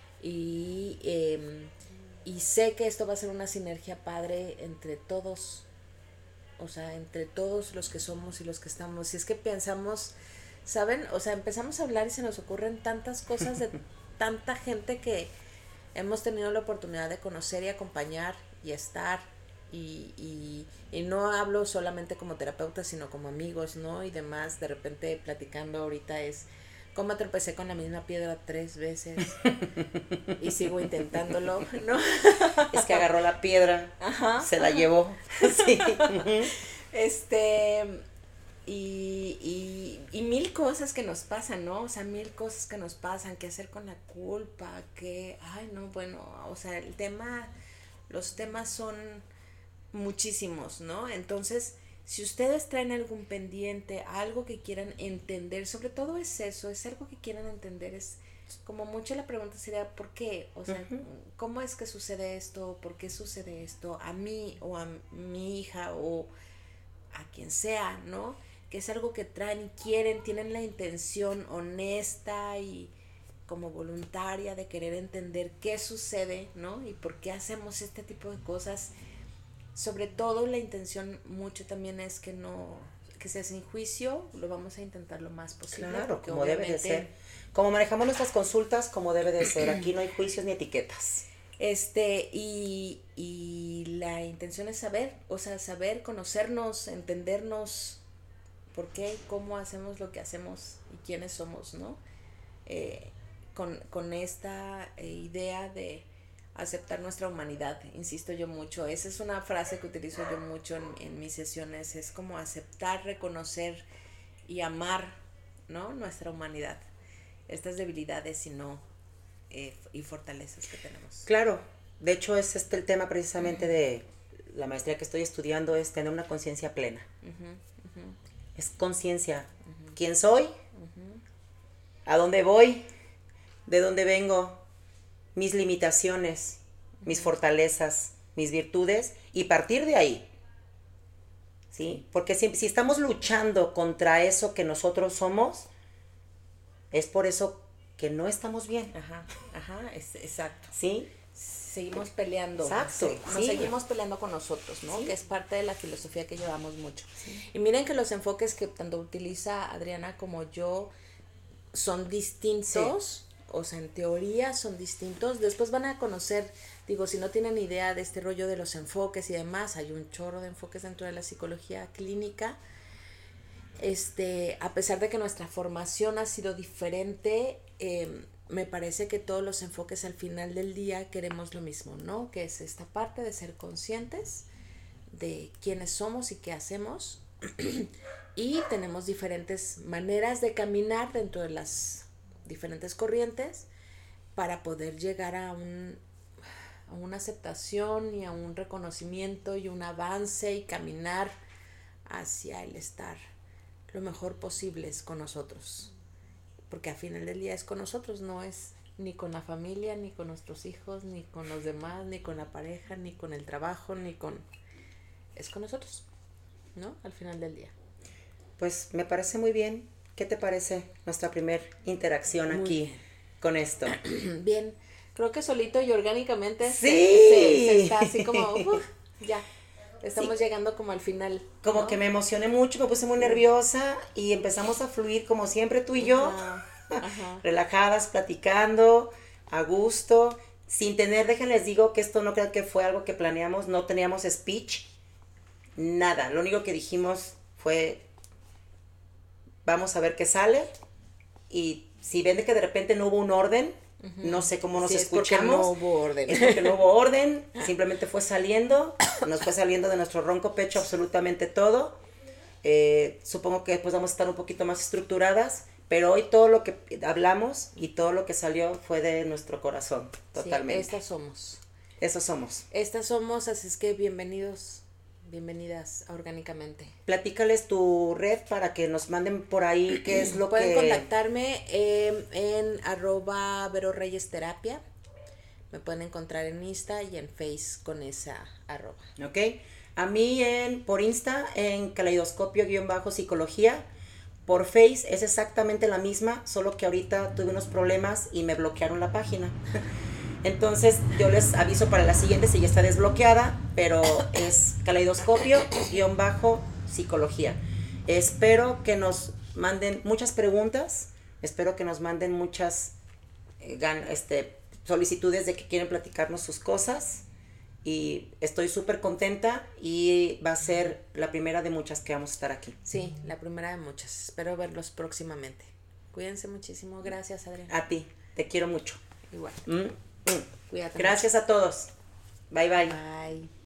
S2: Y, eh, y sé que esto va a ser una sinergia padre entre todos, o sea, entre todos los que somos y los que estamos. Si es que pensamos, ¿saben? O sea, empezamos a hablar y se nos ocurren tantas cosas de tanta gente que hemos tenido la oportunidad de conocer y acompañar y estar. Y, y, y no hablo solamente como terapeuta, sino como amigos, ¿no? Y demás, de repente platicando ahorita es cómo tropecé con la misma piedra tres veces y sigo intentándolo, ¿no?
S1: Es que agarró la piedra, ajá, se la llevó. Sí.
S2: Este, y, y, y mil cosas que nos pasan, ¿no? O sea, mil cosas que nos pasan, qué hacer con la culpa, que, ay, no, bueno, o sea, el tema, los temas son muchísimos, ¿no? Entonces, si ustedes traen algún pendiente, algo que quieran entender, sobre todo es eso, es algo que quieran entender, es como mucho la pregunta sería, ¿por qué? O sea, uh-huh. ¿cómo es que sucede esto? ¿Por qué sucede esto? A mí o a mi hija o a quien sea, ¿no? Que es algo que traen y quieren, tienen la intención honesta y como voluntaria de querer entender qué sucede, ¿no? Y por qué hacemos este tipo de cosas. Sobre todo la intención mucho también es que no, que sea sin juicio, lo vamos a intentar lo más posible.
S1: Claro, como debe de ser. Como manejamos nuestras consultas, como debe de ser. Aquí no hay juicios ni etiquetas.
S2: Este, y, y la intención es saber, o sea, saber, conocernos, entendernos, por qué, cómo hacemos lo que hacemos y quiénes somos, ¿no? Eh, con, con esta eh, idea de aceptar nuestra humanidad, insisto yo mucho, esa es una frase que utilizo yo mucho en, en mis sesiones, es como aceptar, reconocer y amar, ¿no? Nuestra humanidad, estas debilidades y no eh, y fortalezas que tenemos.
S1: Claro, de hecho es este el tema precisamente uh-huh. de la maestría que estoy estudiando, es tener una conciencia plena. Uh-huh, uh-huh. Es conciencia, uh-huh. ¿quién soy? Uh-huh. ¿A dónde voy? ¿De dónde vengo? Mis limitaciones, uh-huh. mis fortalezas, mis virtudes, y partir de ahí. ¿Sí? Porque si, si estamos luchando contra eso que nosotros somos, es por eso que no estamos bien.
S2: Ajá, ajá, es, exacto.
S1: ¿Sí?
S2: Seguimos peleando.
S1: Exacto.
S2: Sí, nos
S1: sí.
S2: seguimos peleando con nosotros, ¿no? Sí. Que es parte de la filosofía que llevamos mucho.
S1: Sí.
S2: Y miren que los enfoques que tanto utiliza Adriana como yo son distintos, sí. o sea, en teoría son distintos. Después van a conocer, digo, si no tienen idea de este rollo de los enfoques y demás, hay un chorro de enfoques dentro de la psicología clínica. Este, a pesar de que nuestra formación ha sido diferente, eh, me parece que todos los enfoques al final del día queremos lo mismo, ¿no? Que es esta parte de ser conscientes de quiénes somos y qué hacemos. Y tenemos diferentes maneras de caminar dentro de las diferentes corrientes para poder llegar a un a una aceptación y a un reconocimiento y un avance y caminar hacia el estar lo mejor posible con nosotros, porque al final del día es con nosotros, no es ni con la familia, ni con nuestros hijos, ni con los demás, ni con la pareja, ni con el trabajo, ni con... es con nosotros, ¿no? Al final del día.
S1: Pues me parece muy bien. ¿Qué te parece nuestra primer interacción muy aquí bien. Con esto?
S2: Bien, creo que solito y orgánicamente
S1: sí.
S2: se, se, se está así como, uh, ya. Estamos sí. llegando como al final.
S1: Como
S2: ¿no?
S1: que me emocioné mucho, me puse muy nerviosa y empezamos a fluir como siempre tú y yo,
S2: ajá, ajá.
S1: relajadas, platicando, a gusto, sin tener, déjenles digo que esto no creo que fue algo que planeamos, no teníamos speech, nada, lo único que dijimos fue, vamos a ver qué sale, y si ven de que de repente no hubo un orden, Uh-huh. no sé cómo nos
S2: sí,
S1: escuchamos.
S2: Es porque no hubo orden.
S1: Es porque no hubo orden, simplemente fue saliendo, nos fue saliendo de nuestro ronco pecho absolutamente todo. Eh, supongo que después vamos a estar un poquito más estructuradas, pero hoy todo lo que hablamos y todo lo que salió fue de nuestro corazón, totalmente.
S2: Sí, estas somos.
S1: Eso somos.
S2: Estas somos, así es que bienvenidos, bienvenidas a Orgánicamente.
S1: Platícales tu red para que nos manden por ahí qué es lo
S2: Pueden
S1: que...
S2: Pueden contactarme eh, en arroba Vero Reyes Terapia. Me pueden encontrar en Insta y en Face con esa arroba.
S1: Ok. A mí en, por Insta en caleidoscopio-psicología. Por Face es exactamente la misma, solo que ahorita tuve unos problemas y me bloquearon la página. Entonces yo les aviso para la siguiente si ya está desbloqueada, pero es caleidoscopio-psicología. Espero que nos manden muchas preguntas, espero que nos manden muchas eh, gan, este, solicitudes de que quieren platicarnos sus cosas, y estoy súper contenta y va a ser la primera de muchas que vamos a estar aquí.
S2: Sí, la primera de muchas. Espero verlos próximamente. Cuídense muchísimo. Gracias, Adriana.
S1: A ti, te quiero mucho.
S2: Igual.
S1: Mm.
S2: Cuídate.
S1: Gracias mucho. A todos. Bye bye.
S2: Bye.